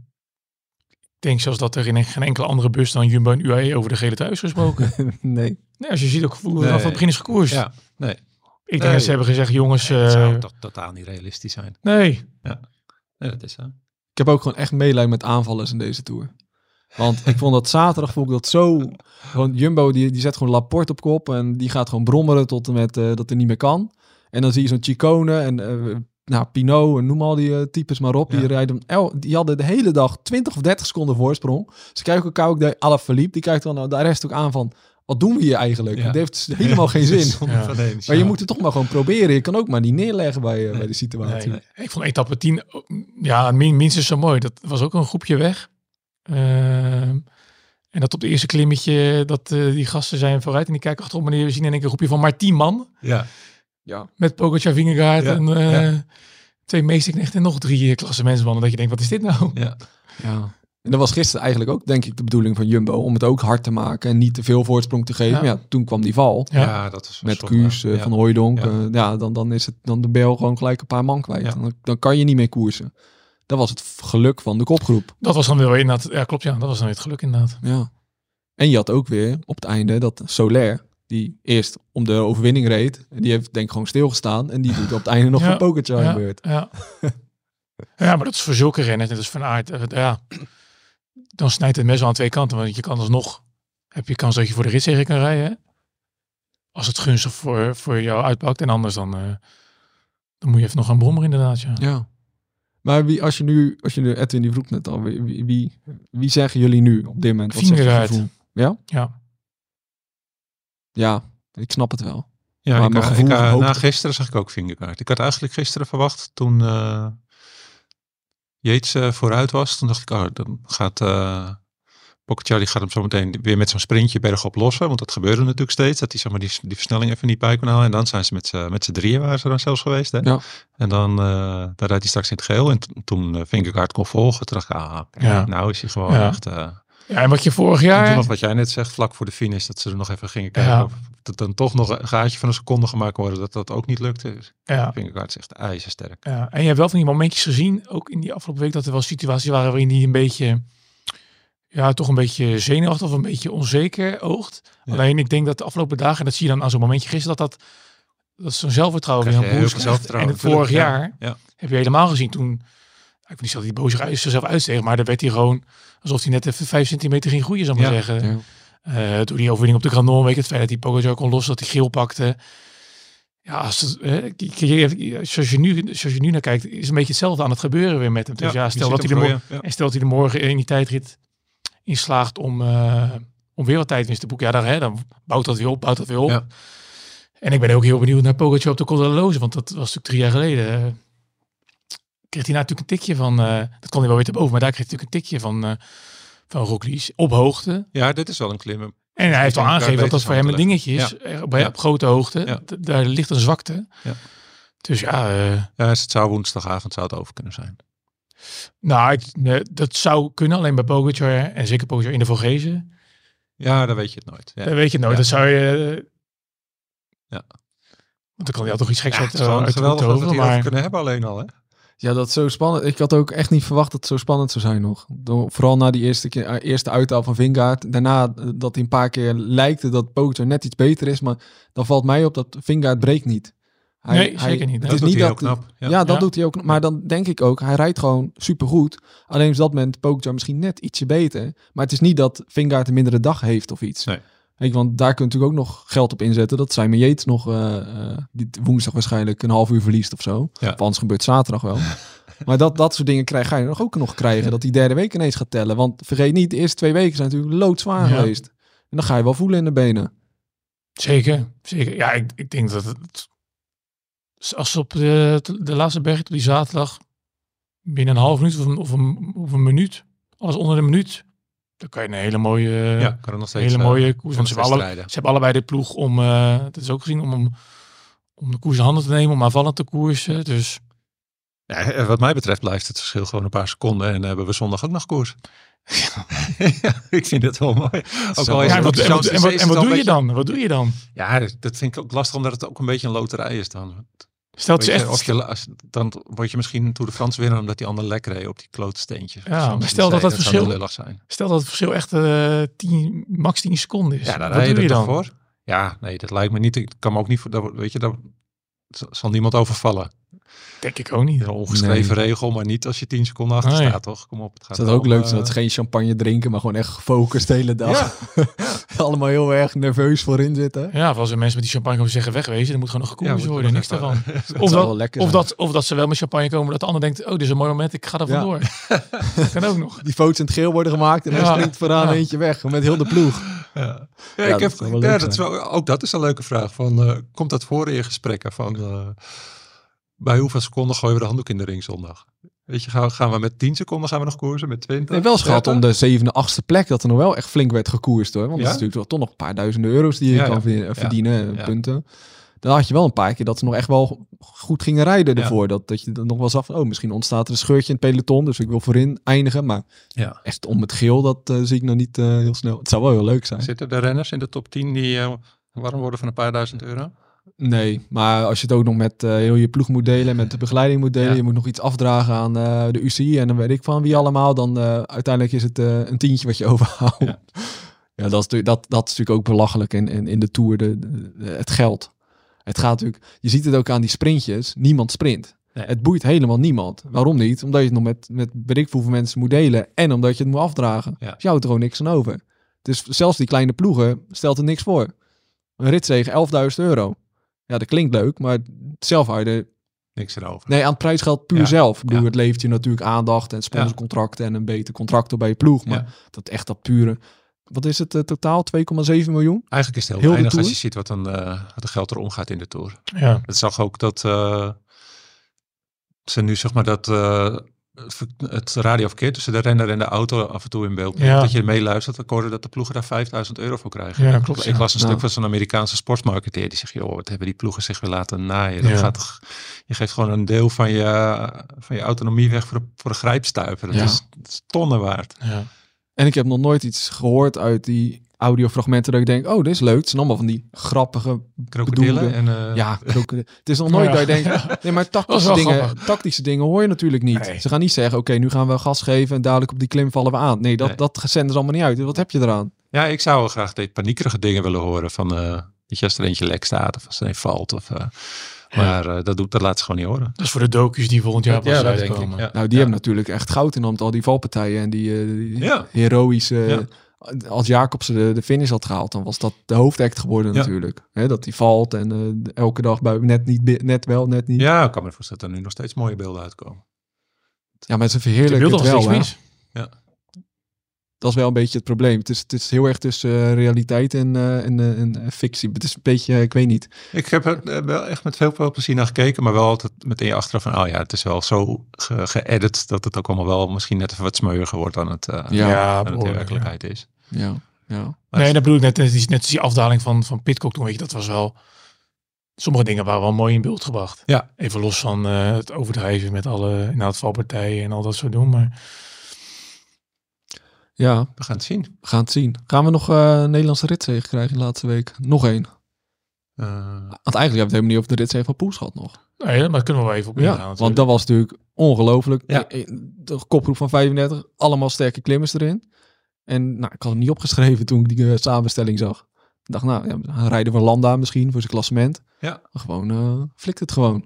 denk zelfs dat er in geen enkele andere bus dan Jumbo en U A E over de gele trui is gesproken. Nee. Nee, als je ziet ook hoe Nee. vanaf het begin is gekoerst. Ja, nee. Ik denk Nee. dat ze hebben gezegd, jongens... Het uh, zou toch totaal niet realistisch zijn. nee, Nee, dat is zo. Ik heb ook gewoon echt medelijden met aanvallers in deze Tour. Want ik vond dat zaterdag, vond ik dat zo... Gewoon Jumbo, die, die zet gewoon Laporte op kop en die gaat gewoon brommeren tot en met uh, dat er niet meer kan. En dan zie je zo'n Ciccone en uh, nou, Pinot en noem al die uh, types maar op. Ja. Die, rijden, el, die hadden de hele dag twintig of dertig seconden voorsprong. Ze kijken elkaar ook, de Alaphilippe, die kijkt dan nou, de rest ook aan van... Wat doen we hier eigenlijk? Ja. Het heeft helemaal geen zin. Ja. Van eens, Maar je ja. moet het toch maar gewoon proberen. Je kan ook maar niet neerleggen bij, uh, Nee. bij de situatie. nee. Ik vond etappe tien, ja, min, minstens zo mooi. Dat was ook een groepje weg. Uh, en dat op de eerste klimmetje, dat uh, die gasten zijn vooruit en die kijken achterom. Maar we zien in één keer een groepje van maar tien man. Ja. Ja. Met Pogacar, Vingegaard Ja, en uh, ja. twee meesterknechten en nog drie klassementsmannen. Dat je denkt, wat is dit nou? Ja. Ja. En dat was gisteren eigenlijk ook, denk ik, de bedoeling van Jumbo. Om het ook hard te maken en niet te veel voorsprong te geven. Ja. Maar ja, toen kwam die val. Ja. Ja, dat is Met zonde. Kuus, uh, Ja. Van Hooijdonk. Ja. Ja, ja dan, dan is het dan de Bel gewoon gelijk een paar man kwijt. Ja. Dan, dan kan je niet meer koersen. Dat was het geluk van de kopgroep. Dat was dan weer inderdaad, ja klopt ja, dat was dan weer het geluk inderdaad. Ja. En je had ook weer op het einde dat Soler, die eerst om de overwinning reed. En die heeft denk ik gewoon stilgestaan. En die doet op het einde nog Ja. een Pogacar Ja, beurt. ja. ja, maar dat is voor zulke renners, net als Van Aert, uh, ja, dan snijdt het mes wel aan twee kanten. Want je kan alsnog, heb je kans dat je voor de ritzege kan rijden. Hè? Als het gunstig voor, voor jou uitpakt. En anders dan, uh, dan moet je even nog gaan brommen inderdaad. Ja. Ja. Maar wie, als je nu, als je nu, Edwin die vroeg net al, wie, wie, wie, wie zeggen jullie nu op dit moment? Wat zegt je Vingegaard. gevoel? Ja? Ja. Ja, ik snap het wel. Ja, maar ik, mijn ik, gevoel uh, hoopte... na gisteren zag ik ook Vingegaard. Ik had eigenlijk gisteren verwacht toen uh, Yates uh, vooruit was. Toen dacht ik, oh, dan gaat uh, Pogacar die gaat hem zo meteen weer met zo'n sprintje bergop lossen. Want dat gebeurde natuurlijk steeds. Dat hij zeg maar, die, die versnelling even niet bij kon halen. En dan zijn ze met z'n, met z'n drieën waren ze dan zelfs geweest. Hè? Ja. En dan uh, daar rijdt hij straks in het geel. En t- toen uh, Vingegaard kon volgen, toen dacht ik, ah, ja. nou is hij gewoon ja. echt... Uh, Ja, en wat je vorig jaar... En toen nog wat jij net zegt, vlak voor de finish, dat ze er nog even gingen kijken ja. of het dan toch nog een gaatje van een seconde gemaakt worden, dat dat ook niet lukte. Dus ja. Vingegaard is echt ijzersterk. Ja, en je hebt wel van die momentjes gezien, ook in die afgelopen week, dat er wel situaties waren waarin hij een beetje, ja, toch een beetje zenuwachtig of een beetje onzeker oogt. Ja. Alleen ik denk dat de afgelopen dagen, en dat zie je dan aan zo'n momentje gisteren, dat dat, dat zo'n zelfvertrouwen weer een boost krijgt. En het vorig ja. jaar ja. heb je helemaal gezien toen, ik weet niet dat hij boos zichzelf uitsteeg, maar dan werd hij gewoon alsof hij net even vijf centimeter ging groeien, zou ik maar ja. zeggen. Ja. Uh, door die overwinning op de Grand Noorwegen, het feit dat hij Pogacar kon lossen, dat hij geel pakte. Ja, als het, uh, zoals, je nu, zoals je nu naar kijkt, is een beetje hetzelfde aan het gebeuren weer met hem. Dus ja, ja stel dat hij er morgen, ja. en stel dat hij er morgen in die tijdrit in slaagt om, uh, om weer wat tijdwinst te boeken. Ja, dan, hè, dan bouwt dat weer op, bouwt dat weer op. Ja. En ik ben ook heel benieuwd naar Pogacar op de Col de la Loze, want dat was natuurlijk drie jaar geleden. Uh, kreeg hij natuurlijk een tikje van, uh, dat kon hij wel weer te boven, maar daar kreeg hij natuurlijk een tikje van, uh, van Roglič op hoogte. Ja, dit is wel een klimmen. En hij heeft al aangegeven dat dat voor hem een dingetje is, ja. op, ja. op grote hoogte. Ja. D- daar ligt een zwakte. Ja. Dus ja... Uh, ja, het zou woensdagavond zou het over kunnen zijn. Nou, ik, nee, dat zou kunnen, alleen bij Pogacar en zeker Pogacar in de Vogezen. Ja, dan weet je het nooit. Ja. Dan weet je het nooit, ja. Dan zou je... Uh, ja. Want dan kan hij al toch iets geks ja, uit, het is gewoon uit geweldig over, dat we maar... het kunnen hebben alleen al, hè? Ja, dat is zo spannend. Ik had ook echt niet verwacht dat het zo spannend zou zijn nog. Door, vooral na die eerste, keer, eerste uithaal van Vingegaard. Daarna dat hij een paar keer lijkt dat Pogacar net iets beter is. Maar dan valt mij op dat Vingegaard breekt niet. Hij, nee, hij, zeker niet. Het dat is doet niet hij dat, heel knap. Ja, ja dat ja. doet hij ook. Maar dan denk ik ook, hij rijdt gewoon supergoed. Alleen op dat moment Pogacar misschien net ietsje beter. Maar het is niet dat Vingegaard een mindere dag heeft of iets. Nee. Weet, want daar kun je natuurlijk ook nog geld op inzetten. Dat Simon Yates nog uh, uh, die woensdag waarschijnlijk een half uur verliest of zo. Ja. Of anders gebeurt zaterdag wel. Maar dat, dat soort dingen krijg, ga je nog ook nog krijgen. Ja. Dat die derde week ineens gaat tellen. Want vergeet niet, de eerste twee weken zijn natuurlijk loodzwaar ja. geweest. En dan ga je wel voelen in de benen. Zeker, zeker. Ja, ik, ik denk dat het... Als ze op de, de laatste berg op die zaterdag binnen een half minuut of een, of een, of een minuut, alles onder een minuut, dan kan je een hele mooie, ja, kan er nog steeds, hele mooie uh, koers. Want ze hebben, alle, ze hebben allebei de ploeg om, uh, dat is ook gezien, om, om, om de koers in handen te nemen, om aanvallend te koersen. Dus... Ja, wat mij betreft blijft het verschil gewoon een paar seconden en dan hebben we zondag ook nog koers. Ja, ik vind het wel mooi. Ook al ja, en wat, en wat, en wat, en wat doe je beetje... dan? Wat doe je dan? Ja, dat vind ik ook lastig omdat het ook een beetje een loterij is dan. Stelt je echt... Of je, als, dan word je misschien Tour de France winnen omdat die ander lekker reed op die klote steentjes. Ja, maar stel dat dat, dat verschil... zijn. Stel dat het verschil echt uh, tien, max tien seconden is. Ja, daar rij je, je dan voor. Ja, nee, dat lijkt me niet. Ik kan me ook niet voor. Dat, weet je, daar zal niemand overvallen. Denk ik ook niet. Een ongeschreven nee. regel, maar niet als je tien seconden achter nee. staat, toch? Kom op. Het gaat is dat ook leuk, uh... dat ze geen champagne drinken, maar gewoon echt gefocust de hele dag. Ja. Allemaal heel erg nerveus voorin zitten. Ja, of als er mensen met die champagne komen zeggen wegwezen, dan moet gewoon nog gekozen ja, worden, niks daarvan. Of dat, of, dat, of dat ze wel met champagne komen, dat de ander denkt, oh, dit is een mooi moment, ik ga er vandoor. Ja. Dat kan ook nog. Die foto's in het geel worden gemaakt en dan ja. springt vooraan ja. eentje weg, met heel de ploeg. Ja, ja, ja ik dat heb, ja dat is wel, ook dat is een leuke vraag. Van, uh, komt dat voor in je gesprekken? Van, uh, bij hoeveel seconden gooien we de handdoek in de ring zondag? Weet je, gaan we, gaan we met tien seconden gaan we nog koersen, met twintig? Nee, wel eens gehad om de zevende, achtste plek dat er nog wel echt flink werd gekoerst hoor. Want ja? dat is natuurlijk toch nog een paar duizenden euro's die je ja, kan ja. verdienen, ja. punten. Dan had je wel een paar keer dat ze nog echt wel goed gingen rijden ervoor. Ja. Dat, dat je dan nog wel zag van, oh, misschien ontstaat er een scheurtje in het peloton, dus ik wil voorin eindigen. Maar ja. echt om het geel, dat uh, zie ik nog niet uh, heel snel. Het zou wel heel leuk zijn. Zitten de renners in de top tien die uh, warm worden van een paar duizend euro? Nee, maar als je het ook nog met uh, heel je ploeg moet delen, met de begeleiding moet delen, ja. je moet nog iets afdragen aan uh, de U C I en dan weet ik van wie allemaal, dan uh, uiteindelijk is het uh, een tientje wat je overhoudt. Ja, ja dat, is, dat, dat is natuurlijk ook belachelijk in, in, in de Tour, de, de, de, het geld. Het gaat natuurlijk, je ziet het ook aan die sprintjes, niemand sprint. Nee. Het boeit helemaal niemand. Waarom niet? Omdat je het nog met, met weet ik hoeveel mensen moet delen en omdat je het moet afdragen. Ja. Dus je houdt er gewoon niks aan over. Dus zelfs die kleine ploegen stelt er niks voor. Een ritzege elfduizend euro. Ja, dat klinkt leuk, maar zelf hou je er... Niks erover. Nee, aan het prijsgeld puur ja. zelf. Ik bedoel, ja. het levert je natuurlijk aandacht en sponsorcontracten ja. en een beter contract op bij je ploeg. Maar ja. dat echt dat pure... wat is het uh, totaal? twee komma zeven miljoen? Eigenlijk is het heel, Heel weinig de als Tour? je ziet wat, dan, uh, wat de geld er omgaat in de Tour. Ja. Het zag ook dat uh, ze nu zeg maar dat uh, het radioverkeer tussen de renner en de auto af en toe in beeld. Ja. Dat je meeluistert, dan hoorde dat de ploegen daar vijfduizend euro voor krijgen. Ja, klopt, Ik ja. las een Ja. stuk van zo'n Amerikaanse sportsmarketeer die zegt, joh, wat hebben die ploegen zich weer laten naaien. Dat Ja. gaat toch, je geeft gewoon een deel van je, van je autonomie weg voor de, voor de grijpstuiver. Dat, Ja. is, dat is tonnen waard. Ja. En ik heb nog nooit iets gehoord uit die audiofragmenten dat ik denk, oh, dit is leuk. Het zijn allemaal van die grappige Krokodillen bedoelde- en uh, Ja, krokodillen. Het is nog nooit Ja. dat je denkt, nee, maar Dat is tactische wel dingen, grappig. tactische dingen hoor je natuurlijk niet. Nee. Ze gaan niet zeggen, oké, nu gaan we gas geven en dadelijk op die klim vallen we aan. Nee, dat, Nee. dat zenden ze allemaal niet uit. Wat heb je eraan? ja, ik zou wel graag de paniekerige dingen willen horen van, uh, weet je, als er eentje lek staat of als er een valt. Of, uh, maar uh, dat, doet, dat laat ze gewoon niet horen. Dat is voor de docu's die volgend jaar pas uitkomen. Ja. Nou, die Ja. hebben natuurlijk echt goud in hand, al die valpartijen en die, uh, die Ja. heroïsche... Ja. Als Jacobsen de, de finish had gehaald, dan was dat de hoofdact geworden Ja. natuurlijk. Hè, dat die valt en uh, elke dag bij, net, niet, bi- net wel, net niet. Ja, ik kan me voorstellen dat er nu nog steeds mooie beelden uitkomen. Ja, maar ze De verheerlijken beelden het was wel. niks Hè? mis. Dat is wel een beetje het probleem. Het is, het is heel erg tussen uh, realiteit en, uh, en, uh, en uh, fictie. Het is een beetje, uh, ik weet niet. Ik heb er uh, wel echt met veel, veel plezier naar gekeken, maar wel altijd meteen je achteraf van, oh ja, het is wel zo ge- geëdit dat het ook allemaal wel misschien net even wat smeuiger wordt dan het, uh, Ja. Ja, dan het in behoorlijk, werkelijkheid is. Ja, ja. Maar Nee, het- dat bedoel ik net. Net, die- net als die afdaling van, van Pidcock toen, weet je, dat was wel... Sommige dingen waren wel mooi in beeld gebracht. Ja. Even los van uh, het overdrijven met alle inderdaad valpartijen en al dat soort doen. Maar ja, we gaan het zien. we gaan het zien. Gaan we nog uh, een Nederlandse ritzege krijgen de laatste week? Nog één. Uh, Want eigenlijk hebben we het helemaal niet over de ritzege van Poels gehad nog. nee, maar daar kunnen we wel even op ingaan. Ja, natuurlijk. want dat was natuurlijk ongelooflijk. Ja. De kopgroep van vijfendertig, allemaal sterke klimmers erin. En nou, ik had het niet opgeschreven toen ik die uh, samenstelling zag. Ik dacht, nou, ja, een rijder van Landa misschien voor zijn klassement. Ja. Gewoon, uh, flikt het gewoon.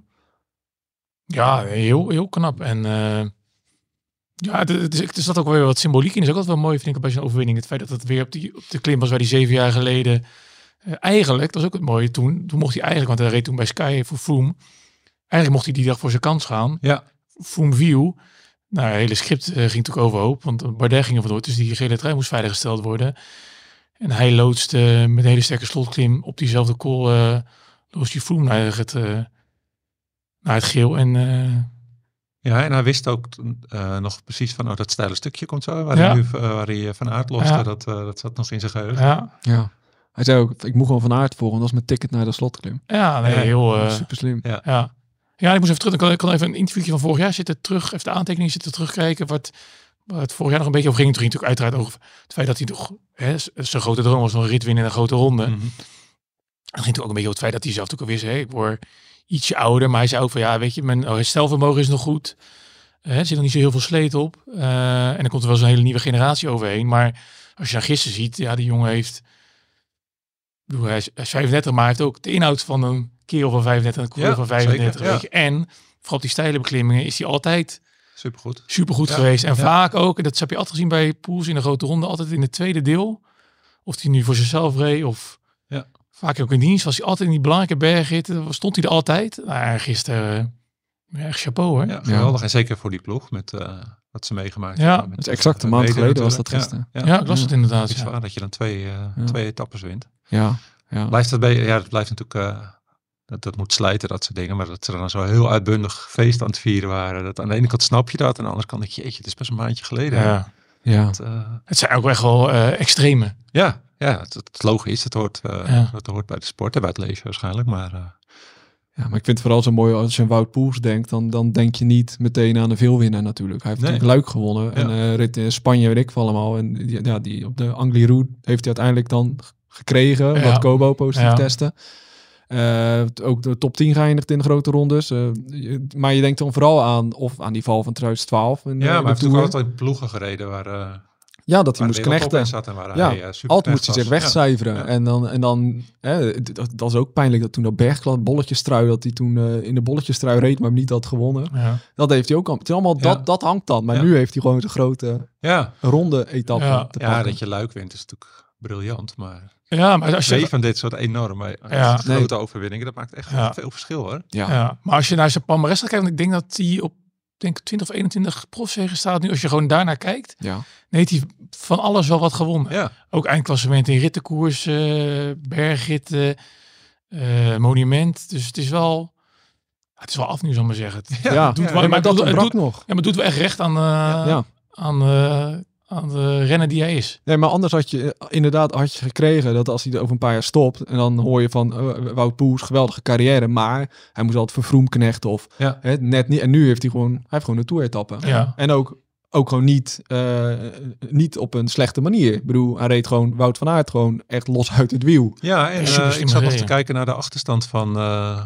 Ja, heel, heel knap. En uh, ja, het, het is, er zat ook weer wat symboliek in. Dat is ook altijd wel mooi, vind ik, bij zo'n overwinning. Het feit dat het weer op, die, op de klim was waar die zeven jaar geleden... Uh, eigenlijk, dat was ook het mooie toen. Toen mocht hij eigenlijk, want hij reed toen bij Sky voor Froome. Eigenlijk mocht hij die dag voor zijn kans gaan. ja, Froome viel. Nou, het hele script uh, ging natuurlijk overhoop. Want Bardet ging er vandoor. Dus die gele trein moest veiliggesteld worden. En hij loodste uh, met een hele sterke slotklim op diezelfde call... Uh, loodste die Froome naar het, uh, naar het geel. En... Uh, ja, en hij wist ook uh, nog precies van, oh, dat steile stukje komt zo. Waar, Ja. hij, nu, uh, waar hij van Aert loste, Ja. dat, uh, dat zat nog in zijn geheugen. ja, Ja. Hij zei ook, ik moet gewoon Van Aert volgen. Dat is mijn ticket naar de slotklim. ja, nee, Ja. heel... Uh, Super slim. Ja. Ja. Ja, ik moest even terug. Ik kan, ik kan even een interviewje van vorig jaar zitten terug. Even de aantekeningen zitten terugkijken. Wat, waar het vorig jaar nog een beetje over ging. Toen ging het natuurlijk uiteraard over het feit dat hij toch... Hè, zijn grote droom was nog een rit winnen in een grote ronde. Mm-hmm. En het ging toen ook een beetje over het feit dat hij zelf ook alweer zei... Hey, ik word ietsje ouder. Maar hij zei ook van ja, weet je, mijn herstelvermogen is nog goed. Uh, er zit nog niet zo heel veel sleet op. Uh, en er komt er wel zo'n hele nieuwe generatie overheen. Maar als je naar gisteren ziet, ja, die jongen heeft... Ik bedoel, hij is vijfendertig, maar hij heeft ook de inhoud van een kerel van vijfendertig en een kerel Ja, van vijfendertig. zeker, Weet je. En vooral op die steile beklimmingen is hij altijd Supergoed. supergoed Ja, geweest. En ja. vaak ook, en dat heb je altijd gezien bij Poels in de grote ronde, altijd in het tweede deel. Of hij nu voor zichzelf reed of Ja. vaak ook in dienst. Was hij altijd in die belangrijke bergritten, stond hij er altijd. Nou, gisteren uh, echt chapeau hoor. Ja, geweldig. En zeker voor die ploeg met uh, wat ze meegemaakt Ja. hebben. Dat Met, is exact een uh, maand Weden geleden was dat natuurlijk. gisteren. Ja, Ja, ik las het inderdaad. Iets Ja. waar dat je dan twee, uh, Ja. twee etappes wint. Ja, ja. Blijft dat bij, ja, dat blijft natuurlijk, uh, dat, dat moet slijten, dat soort dingen. Maar dat ze dan zo heel uitbundig feest aan het vieren waren. Dat aan de ene kant snap je dat, en aan de andere kant denk je, jeetje, het is best een maandje geleden. Ja. Ja. Dat, uh, Het zijn ook echt wel uh, extreme. ja, ja, het, het is logisch. Het hoort, uh, Ja. het hoort bij de sport en bij het leven waarschijnlijk. Maar uh, Ja, maar ik vind het vooral zo mooi als je aan Wout Poels denkt, dan, dan denk je niet meteen aan een veelwinnaar natuurlijk. Hij heeft Nee. natuurlijk Luik gewonnen Ja. en uh, rit in Spanje weet ik veel allemaal. En die- ja, die op de Angliru heeft hij uiteindelijk dan gekregen, Ja. wat Kobo positief Ja. testen. Uh, ook de top tien geëindigd in de grote rondes. Uh, je- maar je denkt dan vooral aan, of aan die val van twintig twaalf. In, ja, uh, maar de hij heeft Tour. natuurlijk altijd ploegen gereden waar, uh, Ja, dat hij waar moest Leeuwenhoek knechten. in zat en waar Ja, hij, uh, super Altijd moest hij knecht zich was. wegcijferen. Ja. En dan, en dan hè, dat, dat was ook pijnlijk dat toen dat bergklad bolletjestrui, dat hij toen uh, in de bolletjestrui reed, maar niet had gewonnen. Ja. Dat heeft hij ook al. Het is allemaal, Ja. dat, dat hangt dan. Maar Ja. nu heeft hij gewoon de grote Ja, ronde etappe Ja. te ja, pakken. dat je Luik wint is natuurlijk briljant. Maar Ja, maar als twee je, van dit soort enorme Ja. grote overwinningen, dat maakt echt Ja. veel verschil hoor. Ja. ja, maar als je naar zijn palmarès gaat kijken, want ik denk dat hij op denk twintig of eenentwintig profzegen staat nu. Als je gewoon daarnaar kijkt, Ja. dan heeft hij van alles wel wat gewonnen. Ja. Ook eindklassement in rittenkoers, uh, bergritten, uh, monument. Dus het is wel, het is wel af nu, zal ik maar zeggen. Het, Ja, het doet ja, wel, maar maar dat het doet, ontbrak het doet, nog. ja, maar het doet wel echt recht aan, uh, Ja. aan, uh, aan de rennen die hij is. Nee, maar anders had je inderdaad had je gekregen dat als hij er over een paar jaar stopt en dan hoor je van uh, Wout Poels, geweldige carrière, maar hij moest altijd voor Vroom knechten of Ja. hè, net niet. En nu heeft hij gewoon, hij heeft gewoon een toeretappe. Ja. En ook, ook gewoon niet, uh, niet op een slechte manier. Ik bedoel, hij reed gewoon Wout van Aert gewoon echt los uit het wiel. Ja, en Super uh, slim ik zat nog te gereden. kijken naar de achterstand van, uh,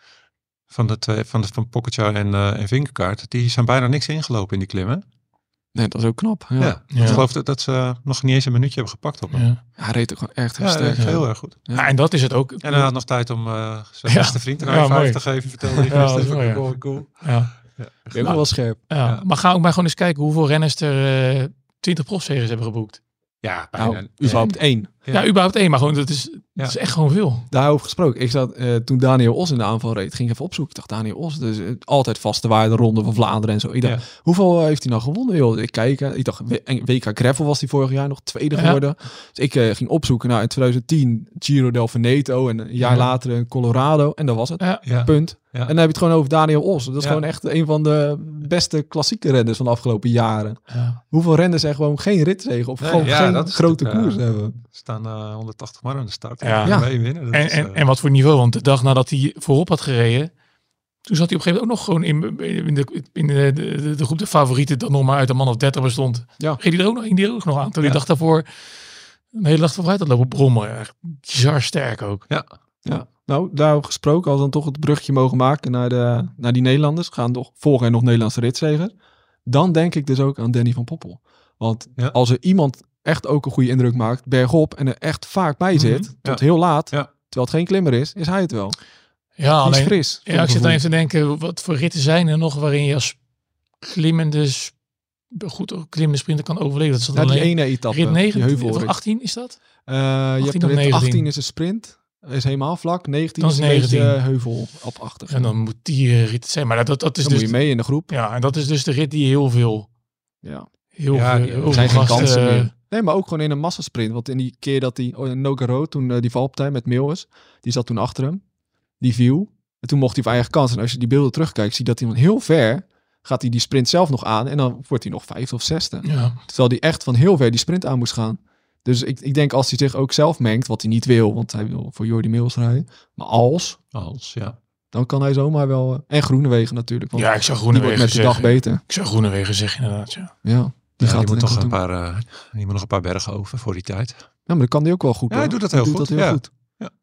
van, de twee, van, de, van Pogačar en, uh, en Vingegaard. Die zijn bijna niks ingelopen in die klimmen. Nee, dat is ook knap. Ja. Ja, Ja. ik geloof dat, dat ze nog niet eens een minuutje hebben gepakt op hem. Ja. Hij reed ook gewoon echt heel Ja, sterk. echt heel erg goed. Ja. Ja, en dat is het ook. En hij had nog tijd om uh, zijn Ja. beste vriend een Ja, high five mooi. te geven. Vertelde hij Ja, dat gisteren. is mooi, ja. cool, cool. Ja. Ook nog wel scherp. Ja. Ja. Maar ga ook maar gewoon eens kijken hoeveel renners er uh, twintig profzegers hebben geboekt. Ja, Nou, bijna. überhaupt één. Ja, Ja. überhaupt één, maar gewoon dat is, Ja. dat is echt gewoon veel. Daarover gesproken. Ik zat uh, toen Daniel Os in de aanval reed, ging ik even opzoeken. Ik dacht, Daniel Os, dus uh, altijd vaste waarde, Ronde van Vlaanderen en zo. Ik dacht, Ja. hoeveel uh, heeft hij nou gewonnen, joh? Ik kijk, uh, ik dacht, W K Gravel was hij vorig jaar nog tweede Ja. geworden. Dus ik uh, ging opzoeken. Nou, in twintig tien Giro del Veneto en een jaar Ja. later in Colorado. En dat was het. Ja. Ja. Punt. Ja. En dan heb je het gewoon over Daniel Os. Dat is Ja. gewoon echt een van de beste klassieke renners van de afgelopen jaren. Ja. Hoeveel renners er gewoon geen ritzegen of Nee, gewoon ja, geen dat is grote natuurlijk, koers uh, hebben. Er staan uh, honderdtachtig man aan de start. Ja. En Ja. mee winnen. Dat En, is, en, uh, en wat voor niveau, want de dag nadat hij voorop had gereden, toen zat hij op een gegeven moment ook nog gewoon in, in, de, in de, de, de groep de favorieten dat nog maar uit een man of dertig bestond. Ja. Reed hij er ook nog, ging die er ook nog aan. Toen Ja. die dag daarvoor een hele dag vooruit had lopen brommen. Echt bizar sterk ook. ja. Ja, nou, daarover gesproken, als we dan toch het bruggetje mogen maken naar, de, naar die Nederlanders, gaan toch volgen en nog Nederlandse ritzegen, dan denk ik dus ook aan Danny van Poppel. Want Ja. als er iemand echt ook een goede indruk maakt, bergop, en er echt vaak bij zit, Mhm, tot ja. heel laat, Ja. terwijl het geen klimmer is, is hij het wel. Ja, Die is alleen, fris. ja, ik zit dan even te denken, wat voor ritten zijn er nog waarin je als klimmende, sp- goed klimmende sprinter kan overleven? Dat is dan Ja, die alleen ene etappe, rit negen, die of heuvelrit. achttien is dat? Uh, je hebt achttien of rit negentien? achttien is een sprint, is helemaal vlak, negentien Dan is is een beetje negentien. uh, heuvel op achtig. En dan moet die uh, rit zijn. Maar dat, dat, dat is dan dus moet je mee in de groep. ja, en dat is dus de rit die heel veel, Ja. heel Ja, veel, die- heel Er zijn veel geen gasten, kansen uh, meer. Nee, maar ook gewoon in een massasprint. Want in die keer dat hij, oh, in Nogaro, toen uh, die valpartij met Meeuwis, die zat toen achter hem. Die viel. En toen mocht hij van eigen kans. En als je die beelden terugkijkt, zie je dat hij van heel ver, gaat hij die sprint zelf nog aan. En dan wordt hij nog vijfde of zesde. ja. Terwijl hij echt van heel ver die sprint aan moest gaan. Dus ik, ik denk als hij zich ook zelf mengt, wat hij niet wil, want hij wil voor Jordi Meeuwis rijden. Maar als, Als, ja. dan kan hij zomaar wel... uh, en Groenewegen natuurlijk. Want ja, ik zou die wordt Groenewegen met de dag zeggen. beter. Ik zou Groenewegen zeggen inderdaad, ja. Ja, die Die, gaat ja, die, moet het toch goed een doen. paar, uh, die moet nog een paar bergen over voor die tijd. Ja, maar dat kan hij ook wel goed. Ja, hij hoor. doet dat heel Hij goed, Dat heel ja. goed.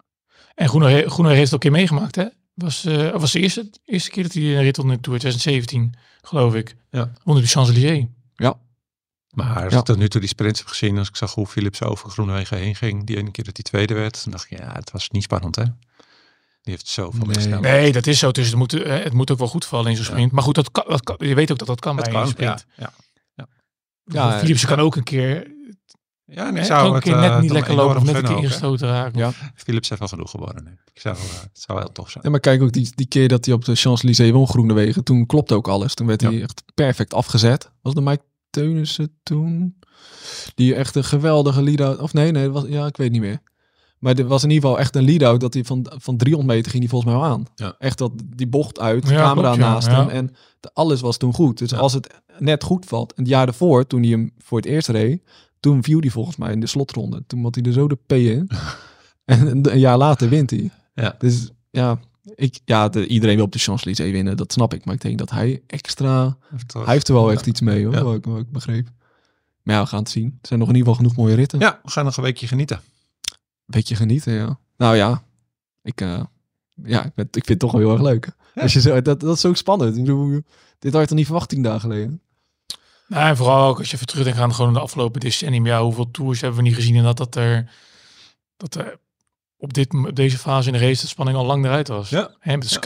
En Groenewegen, Groenewegen heeft het ook een keer meegemaakt, hè? Was, uh, was de eerste, eerste keer dat hij een rit op de Tour, twintig zeventien, geloof ik. Ja. Won de Champs-Élysées. Ja. Maar als Ja. ik tot nu toe die sprints heb gezien, als ik zag hoe Philips over Groenewegen heen ging, die ene keer dat hij tweede werd, dan dacht ik, ja, het was niet spannend, hè? Die heeft zoveel Nee. snelheid. Nee, dat is zo. Dus het moet, uh, het moet ook wel goed vallen in zo'n sprint. Maar goed, dat kan, dat kan, je weet ook dat dat kan Het bij kan, een ja. sprint. Ja, Ja, Philipsen kan ook een keer, ja en ik hè, zou ook een het keer uh, net niet dan lekker lopen of enorm net een keer gunnen ook, hè. ingestoten raken. Ja. Philips heeft wel genoeg geworden. Nee. Ik zou, uh, het zou heel tof zijn. Ja, maar kijk ook die, die keer dat hij op de Champs-Élysées won, Groenewegen. Toen klopte ook alles. Toen werd Ja. hij echt perfect afgezet. Was de Mike Teunissen toen? Die echt een geweldige lead-out... Of nee, nee, dat was, ja, ik weet niet meer. Maar er was in ieder geval echt een lead-out dat hij van, van driehonderd meter ging hij volgens mij wel aan. Ja. Echt dat die bocht uit, Ja, camera klopt, ja, naast ja. hem. En de, alles was toen goed. Dus Ja. als het net goed valt. En het jaar daarvoor, toen hij hem voor het eerst reed, toen viel hij volgens mij in de slotronde. Toen had hij er zo de P in. En een, een jaar later wint hij. Ja. Dus ja, ik, ja de, iedereen wil op de Champs-Élysées winnen, dat snap ik. Maar ik denk dat hij extra... Hij heeft er wel echt iets mee, hoor, Ja. wat, ik, wat ik begreep. Maar ja, we gaan het zien. Er zijn nog in ieder geval genoeg mooie ritten. Ja, we gaan nog een weekje genieten. Beetje genieten, ja. Nou ja, ik, uh, ja, ik, ben, ik vind het toch wel heel erg leuk. Ja. Als je zo, dat, dat is zo spannend. Ik bedoel, dit had je toch niet verwacht tien dagen geleden? Nou, en vooral ook als je even terugdenkt aan gewoon de afgelopen decennium. Ja, hoeveel tours hebben we niet gezien en dat, dat er... Dat er op, dit, op deze fase in de race de spanning al lang eruit was. Ja. Hè, met de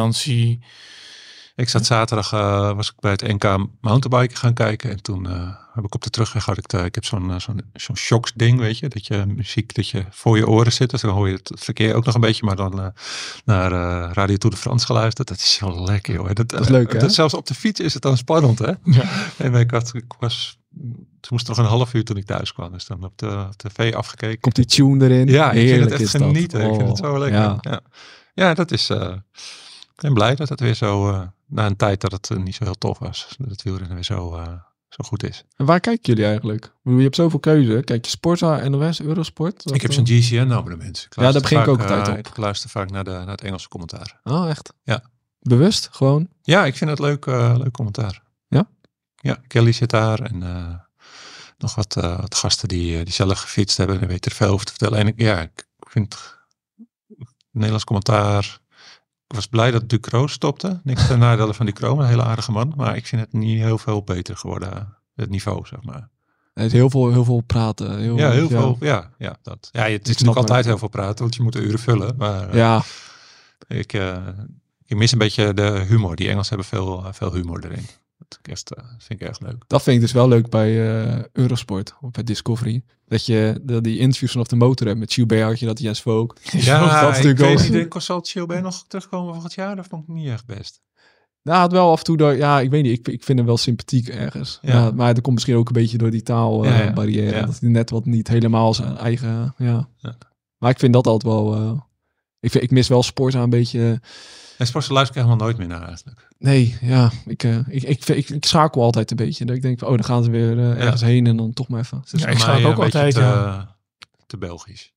Sky-dominantie. Ik zat zaterdag, uh, was ik bij het N K mountainbiken gaan kijken. En toen uh, heb ik op de terugweg had ik, de, ik heb zo'n, uh, zo'n, zo'n shocks ding, weet je. Dat je muziek, dat je voor je oren zit. Dus dan hoor je het verkeer ook nog een beetje, maar dan uh, naar uh, Radio Tour de France geluisterd. Dat is zo lekker, joh. Dat, dat is leuk, hè? Dat, zelfs op de fiets is het dan spannend, hè? Ja. En ik, had, ik was... Toen moest nog een half uur toen ik thuis kwam. Dus dan op de tv afgekeken. Komt die tune erin? Ja, ik heerlijk vind het echt is genieten. Dat. Ik vind het zo lekker. Ja, ja. ja dat is... Uh, ik ben blij dat het weer zo... Uh, na een tijd dat het uh, niet zo heel tof was. Dat het wielrennen weer zo, uh, zo goed is. En waar kijken jullie eigenlijk? Je hebt zoveel keuze. Kijk je Sporza, N O S, Eurosport? Ik heb zo'n G C N abonnement. Ja, daar begin ik ook altijd uh, op. Ik luister vaak naar, de, naar het Engelse commentaar. Oh, echt? Ja. Bewust? Gewoon? Ja, ik vind het leuk, uh, leuk commentaar. Ja? Ja, Kelly zit daar en... Uh, nog wat, uh, wat gasten die, die zelf gefietst hebben en weten er veel over te vertellen. En ik, ja, ik vind Nederlands commentaar. Ik was blij dat Ducro stopte. Niks ten nadele van Ducro, een hele aardige man. Maar ik vind het niet heel veel beter geworden, het niveau, zeg maar. Het is heel veel, heel veel praten. Heel, ja, heel ja. veel. Ja, ja, dat. Ja, het is natuurlijk altijd heel veel praten, want je moet de uren vullen. Maar ja. uh, ik, uh, ik mis een beetje de humor. Die Engelsen hebben veel, uh, veel humor erin. Dat echt, uh, vind ik echt leuk. Dat vind ik dus wel leuk bij uh, Eurosport, of bij Discovery. Dat je de, die interviews vanaf de motor hebt. Met Gilbert had je dat, Jens Vogt. Ja, dat is ik weet ook... niet, zal Gilbert nog terugkomen volgend jaar? Dat vond ik niet echt best. Nou, het wel af en toe door, ja, ik weet niet, ik, ik vind hem wel sympathiek ergens. Ja. Ja, maar dat komt misschien ook een beetje door die taalbarrière. Uh, ja, ja. ja. Dat hij net wat niet helemaal zijn eigen, ja. ja. Maar ik vind dat altijd wel, uh, ik, vind, ik mis wel Sporza een beetje... En Sporza luister ik helemaal nooit meer naar eigenlijk. Nee, ja, ik, uh, ik, ik, ik, ik schakel altijd een beetje. Dat ik denk van, oh, dan gaan ze weer uh, ergens ja. heen en dan toch maar even. Dus ja, ik schakel ook altijd, te, ja. te Belgisch.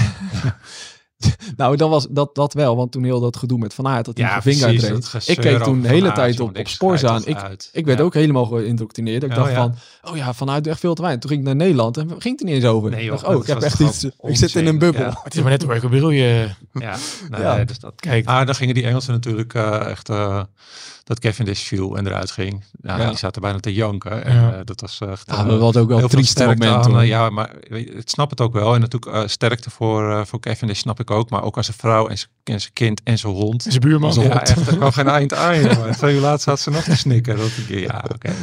Nou, dan was dat, dat wel, want toen heel dat gedoe met Van Aert, dat hij ja, zijn vinger uitreed. Ik keek toen de hele Aert, tijd op, op Sporza aan. Ik, ik werd ja. ook helemaal geïndoctrineerd. Ik oh, dacht ja. van, oh ja, Van Aert echt veel te weinig. Toen ging ik naar Nederland en ging het er niet eens over. Nee, joh, dacht, oh, ik heb echt iets, ik zit in een bubbel. Ja. Het is maar net welke bedoel je. Ja, nee, ja. Dus dat, kijk. Ah, dan gingen die Engelsen natuurlijk uh, echt... Uh, dat Cavendish viel en eruit ging. Ja, ja. Die zaten bijna te janken. En, ja. uh, dat was uh, ja, dat was ook wel een trieste moment. Aan, uh, ja, maar weet je, ik snap het ook wel. En natuurlijk uh, sterkte voor, uh, voor Cavendish snap ik ook. Maar ook als een vrouw en zijn kind en zijn hond. En zijn buurman. Ja, hond. Echt, er kwam geen eind aan. Twee uur later zat ze nog te snikken. Dat ik, ja, oké. Okay.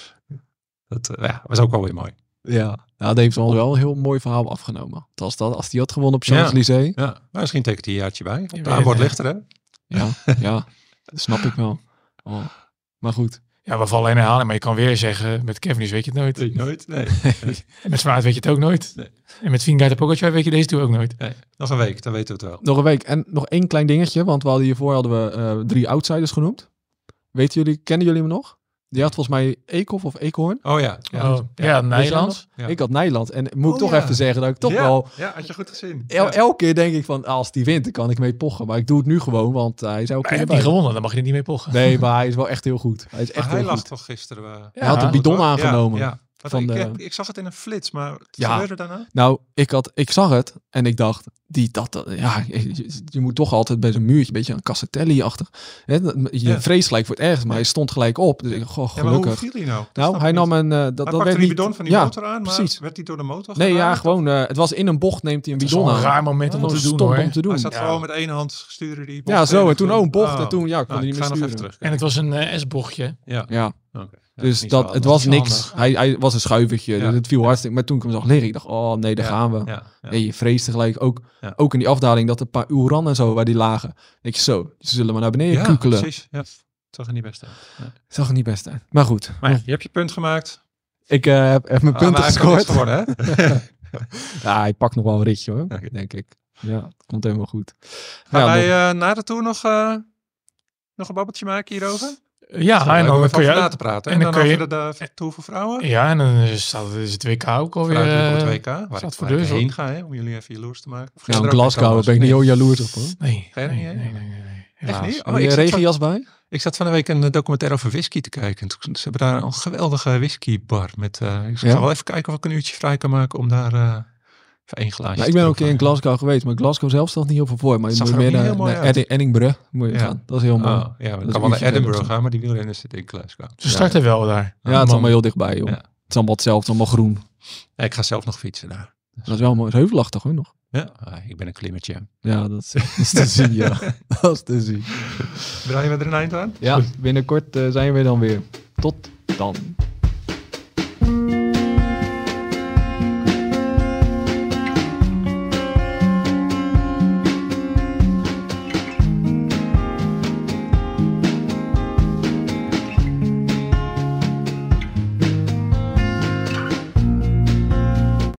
Dat uh, ja, was ook wel weer mooi. Ja, ja, dat heeft ons wel een heel mooi verhaal afgenomen. Als dat, als die had gewonnen op Champs-Élysées. Ja, ja. Maar misschien tekent hij een jaartje bij. Het aanbod ligt er, hè? Ja, ja, dat snap ik wel. Oh. Maar goed. Ja, we vallen in herhaling, maar je kan weer zeggen, met Cavendish weet je het nooit. Weet je nooit, nee. En met Van Aert weet je het ook nooit. Nee. En met Vingegaard en Pogacar weet je deze toe ook nooit. Nee. Nog een week, dan weten we het wel. Nog een week. En nog één klein dingetje, want we hadden hiervoor hadden we uh, drie outsiders genoemd. Weten jullie, kennen jullie hem nog? Die had volgens mij Eekhoff of Eekhoorn. Oh ja. Ja, oh, ja, ja Nijland. Ja. Ik had Nijland. En moet ik oh, toch ja. even zeggen dat ik toch ja. wel... Ja, had je goed gezien. El, ja. Elke keer denk ik van, als die wint, dan kan ik mee pochen. Maar ik doe het nu gewoon, want hij is ook... Hij heeft niet gewonnen, dan mag je er niet mee pochen. Nee, maar hij is wel echt heel goed. Hij is echt hij heel lag goed. toch gisteren... Uh, ja, hij had een bidon aangenomen. Ja, ja. Van ik, de... ik, ik zag het in een flits, maar wat ja. gebeurde daarna? Nou, ik, had, ik zag het en ik dacht, die, dat, ja, je, je moet toch altijd bij zo'n muurtje, een beetje een Cassatelli-achtig. Je ja. vreest gelijk voor het ergst, maar ja. hij stond gelijk op. Dus ik goh, gelukkig. Ja, maar hoe viel hij nou? Dat nou, hij nam een... Uh, dat, hij dat pakte werd die niet... bidon van die ja, motor aan, maar precies. werd hij door de motor Nee, gedaan, ja, gewoon, uh, het was in een bocht, neemt hij een bidon aan. een raar moment om oh, te doen, hoor. om te doen. Hij zat ja. gewoon met één hand sturen die bocht. Ja, zo, en toen ook een bocht oh. en toen, ja, kon nou, hij niet meer sturen. Terug, en het was een uh, S-bochtje. Ja. Ja. Okay. Ja, dus dat, het was niks. Hij, hij was een schuivertje. Ja. Dus het viel hartstikke. Maar toen ik hem zag liggen, ik dacht, oh nee, daar ja, gaan we. Ja, ja. En je vreesde gelijk ook, ja. ook in die afdaling dat een paar Uran en zo waar die lagen. Denk je zo, ze zullen maar naar beneden ja, kukelen. Precies. Ja, het zag er niet best uit. Nee. Het zag er niet best uit. Maar goed. Maar ja, je hebt je punt gemaakt. Ik uh, heb, heb mijn punten ah, gescoord. Geworden, hè? Ja, hij pakt nog wel een ritje hoor, okay. denk ik. Ja, het komt helemaal goed. Gaan ja, wij nog... uh, na de tour nog, uh, nog een babbeltje maken hierover? Ja, en dan, dan kun je na te praten. En, en dan, dan kun je de, de, de Tour voor vrouwen. Ja, en dan staat het W K ook alweer. Het W K, waar staat ik, voor waar de ik heen ga, hè, om jullie even jaloers te maken. Ja, in Glasgow ben ik niet heel jaloers op hoor. Nee, nee, nee, nee, nee, nee, nee. Echt niet? Oh, je regenjas bij? Ik zat van de week een documentaire over whisky te kijken. Ze hebben daar een geweldige whiskybar. Met, uh, ik zal ja? wel even kijken of ik een uurtje vrij kan maken om daar... Uh, Één glaasje. Nou, ik ben ook in Glasgow geweest, maar Glasgow zelf stelt niet heel veel voor. Maar je moet meer naar, naar Ed- Edinburgh moet je ja. gaan. Dat is heel mooi. Oh, ja, we kan wel naar Edinburgh gaan, maar die wielrenners zitten in Glasgow. Ze starten ja. wel daar. Ja, het is allemaal heel dichtbij, joh. Ja. Het is allemaal hetzelfde, allemaal groen. Ja, ik ga zelf nog fietsen daar. Dus. Dat is wel mooi. Het is heuvelachtig hoor nog. Ja, ah, ik ben een klimmertje. Ja, dat is, dat is te zien, ja. Dat is te zien. Draaien we er een eind aan? Ja, binnenkort uh, zijn we dan weer. Tot dan.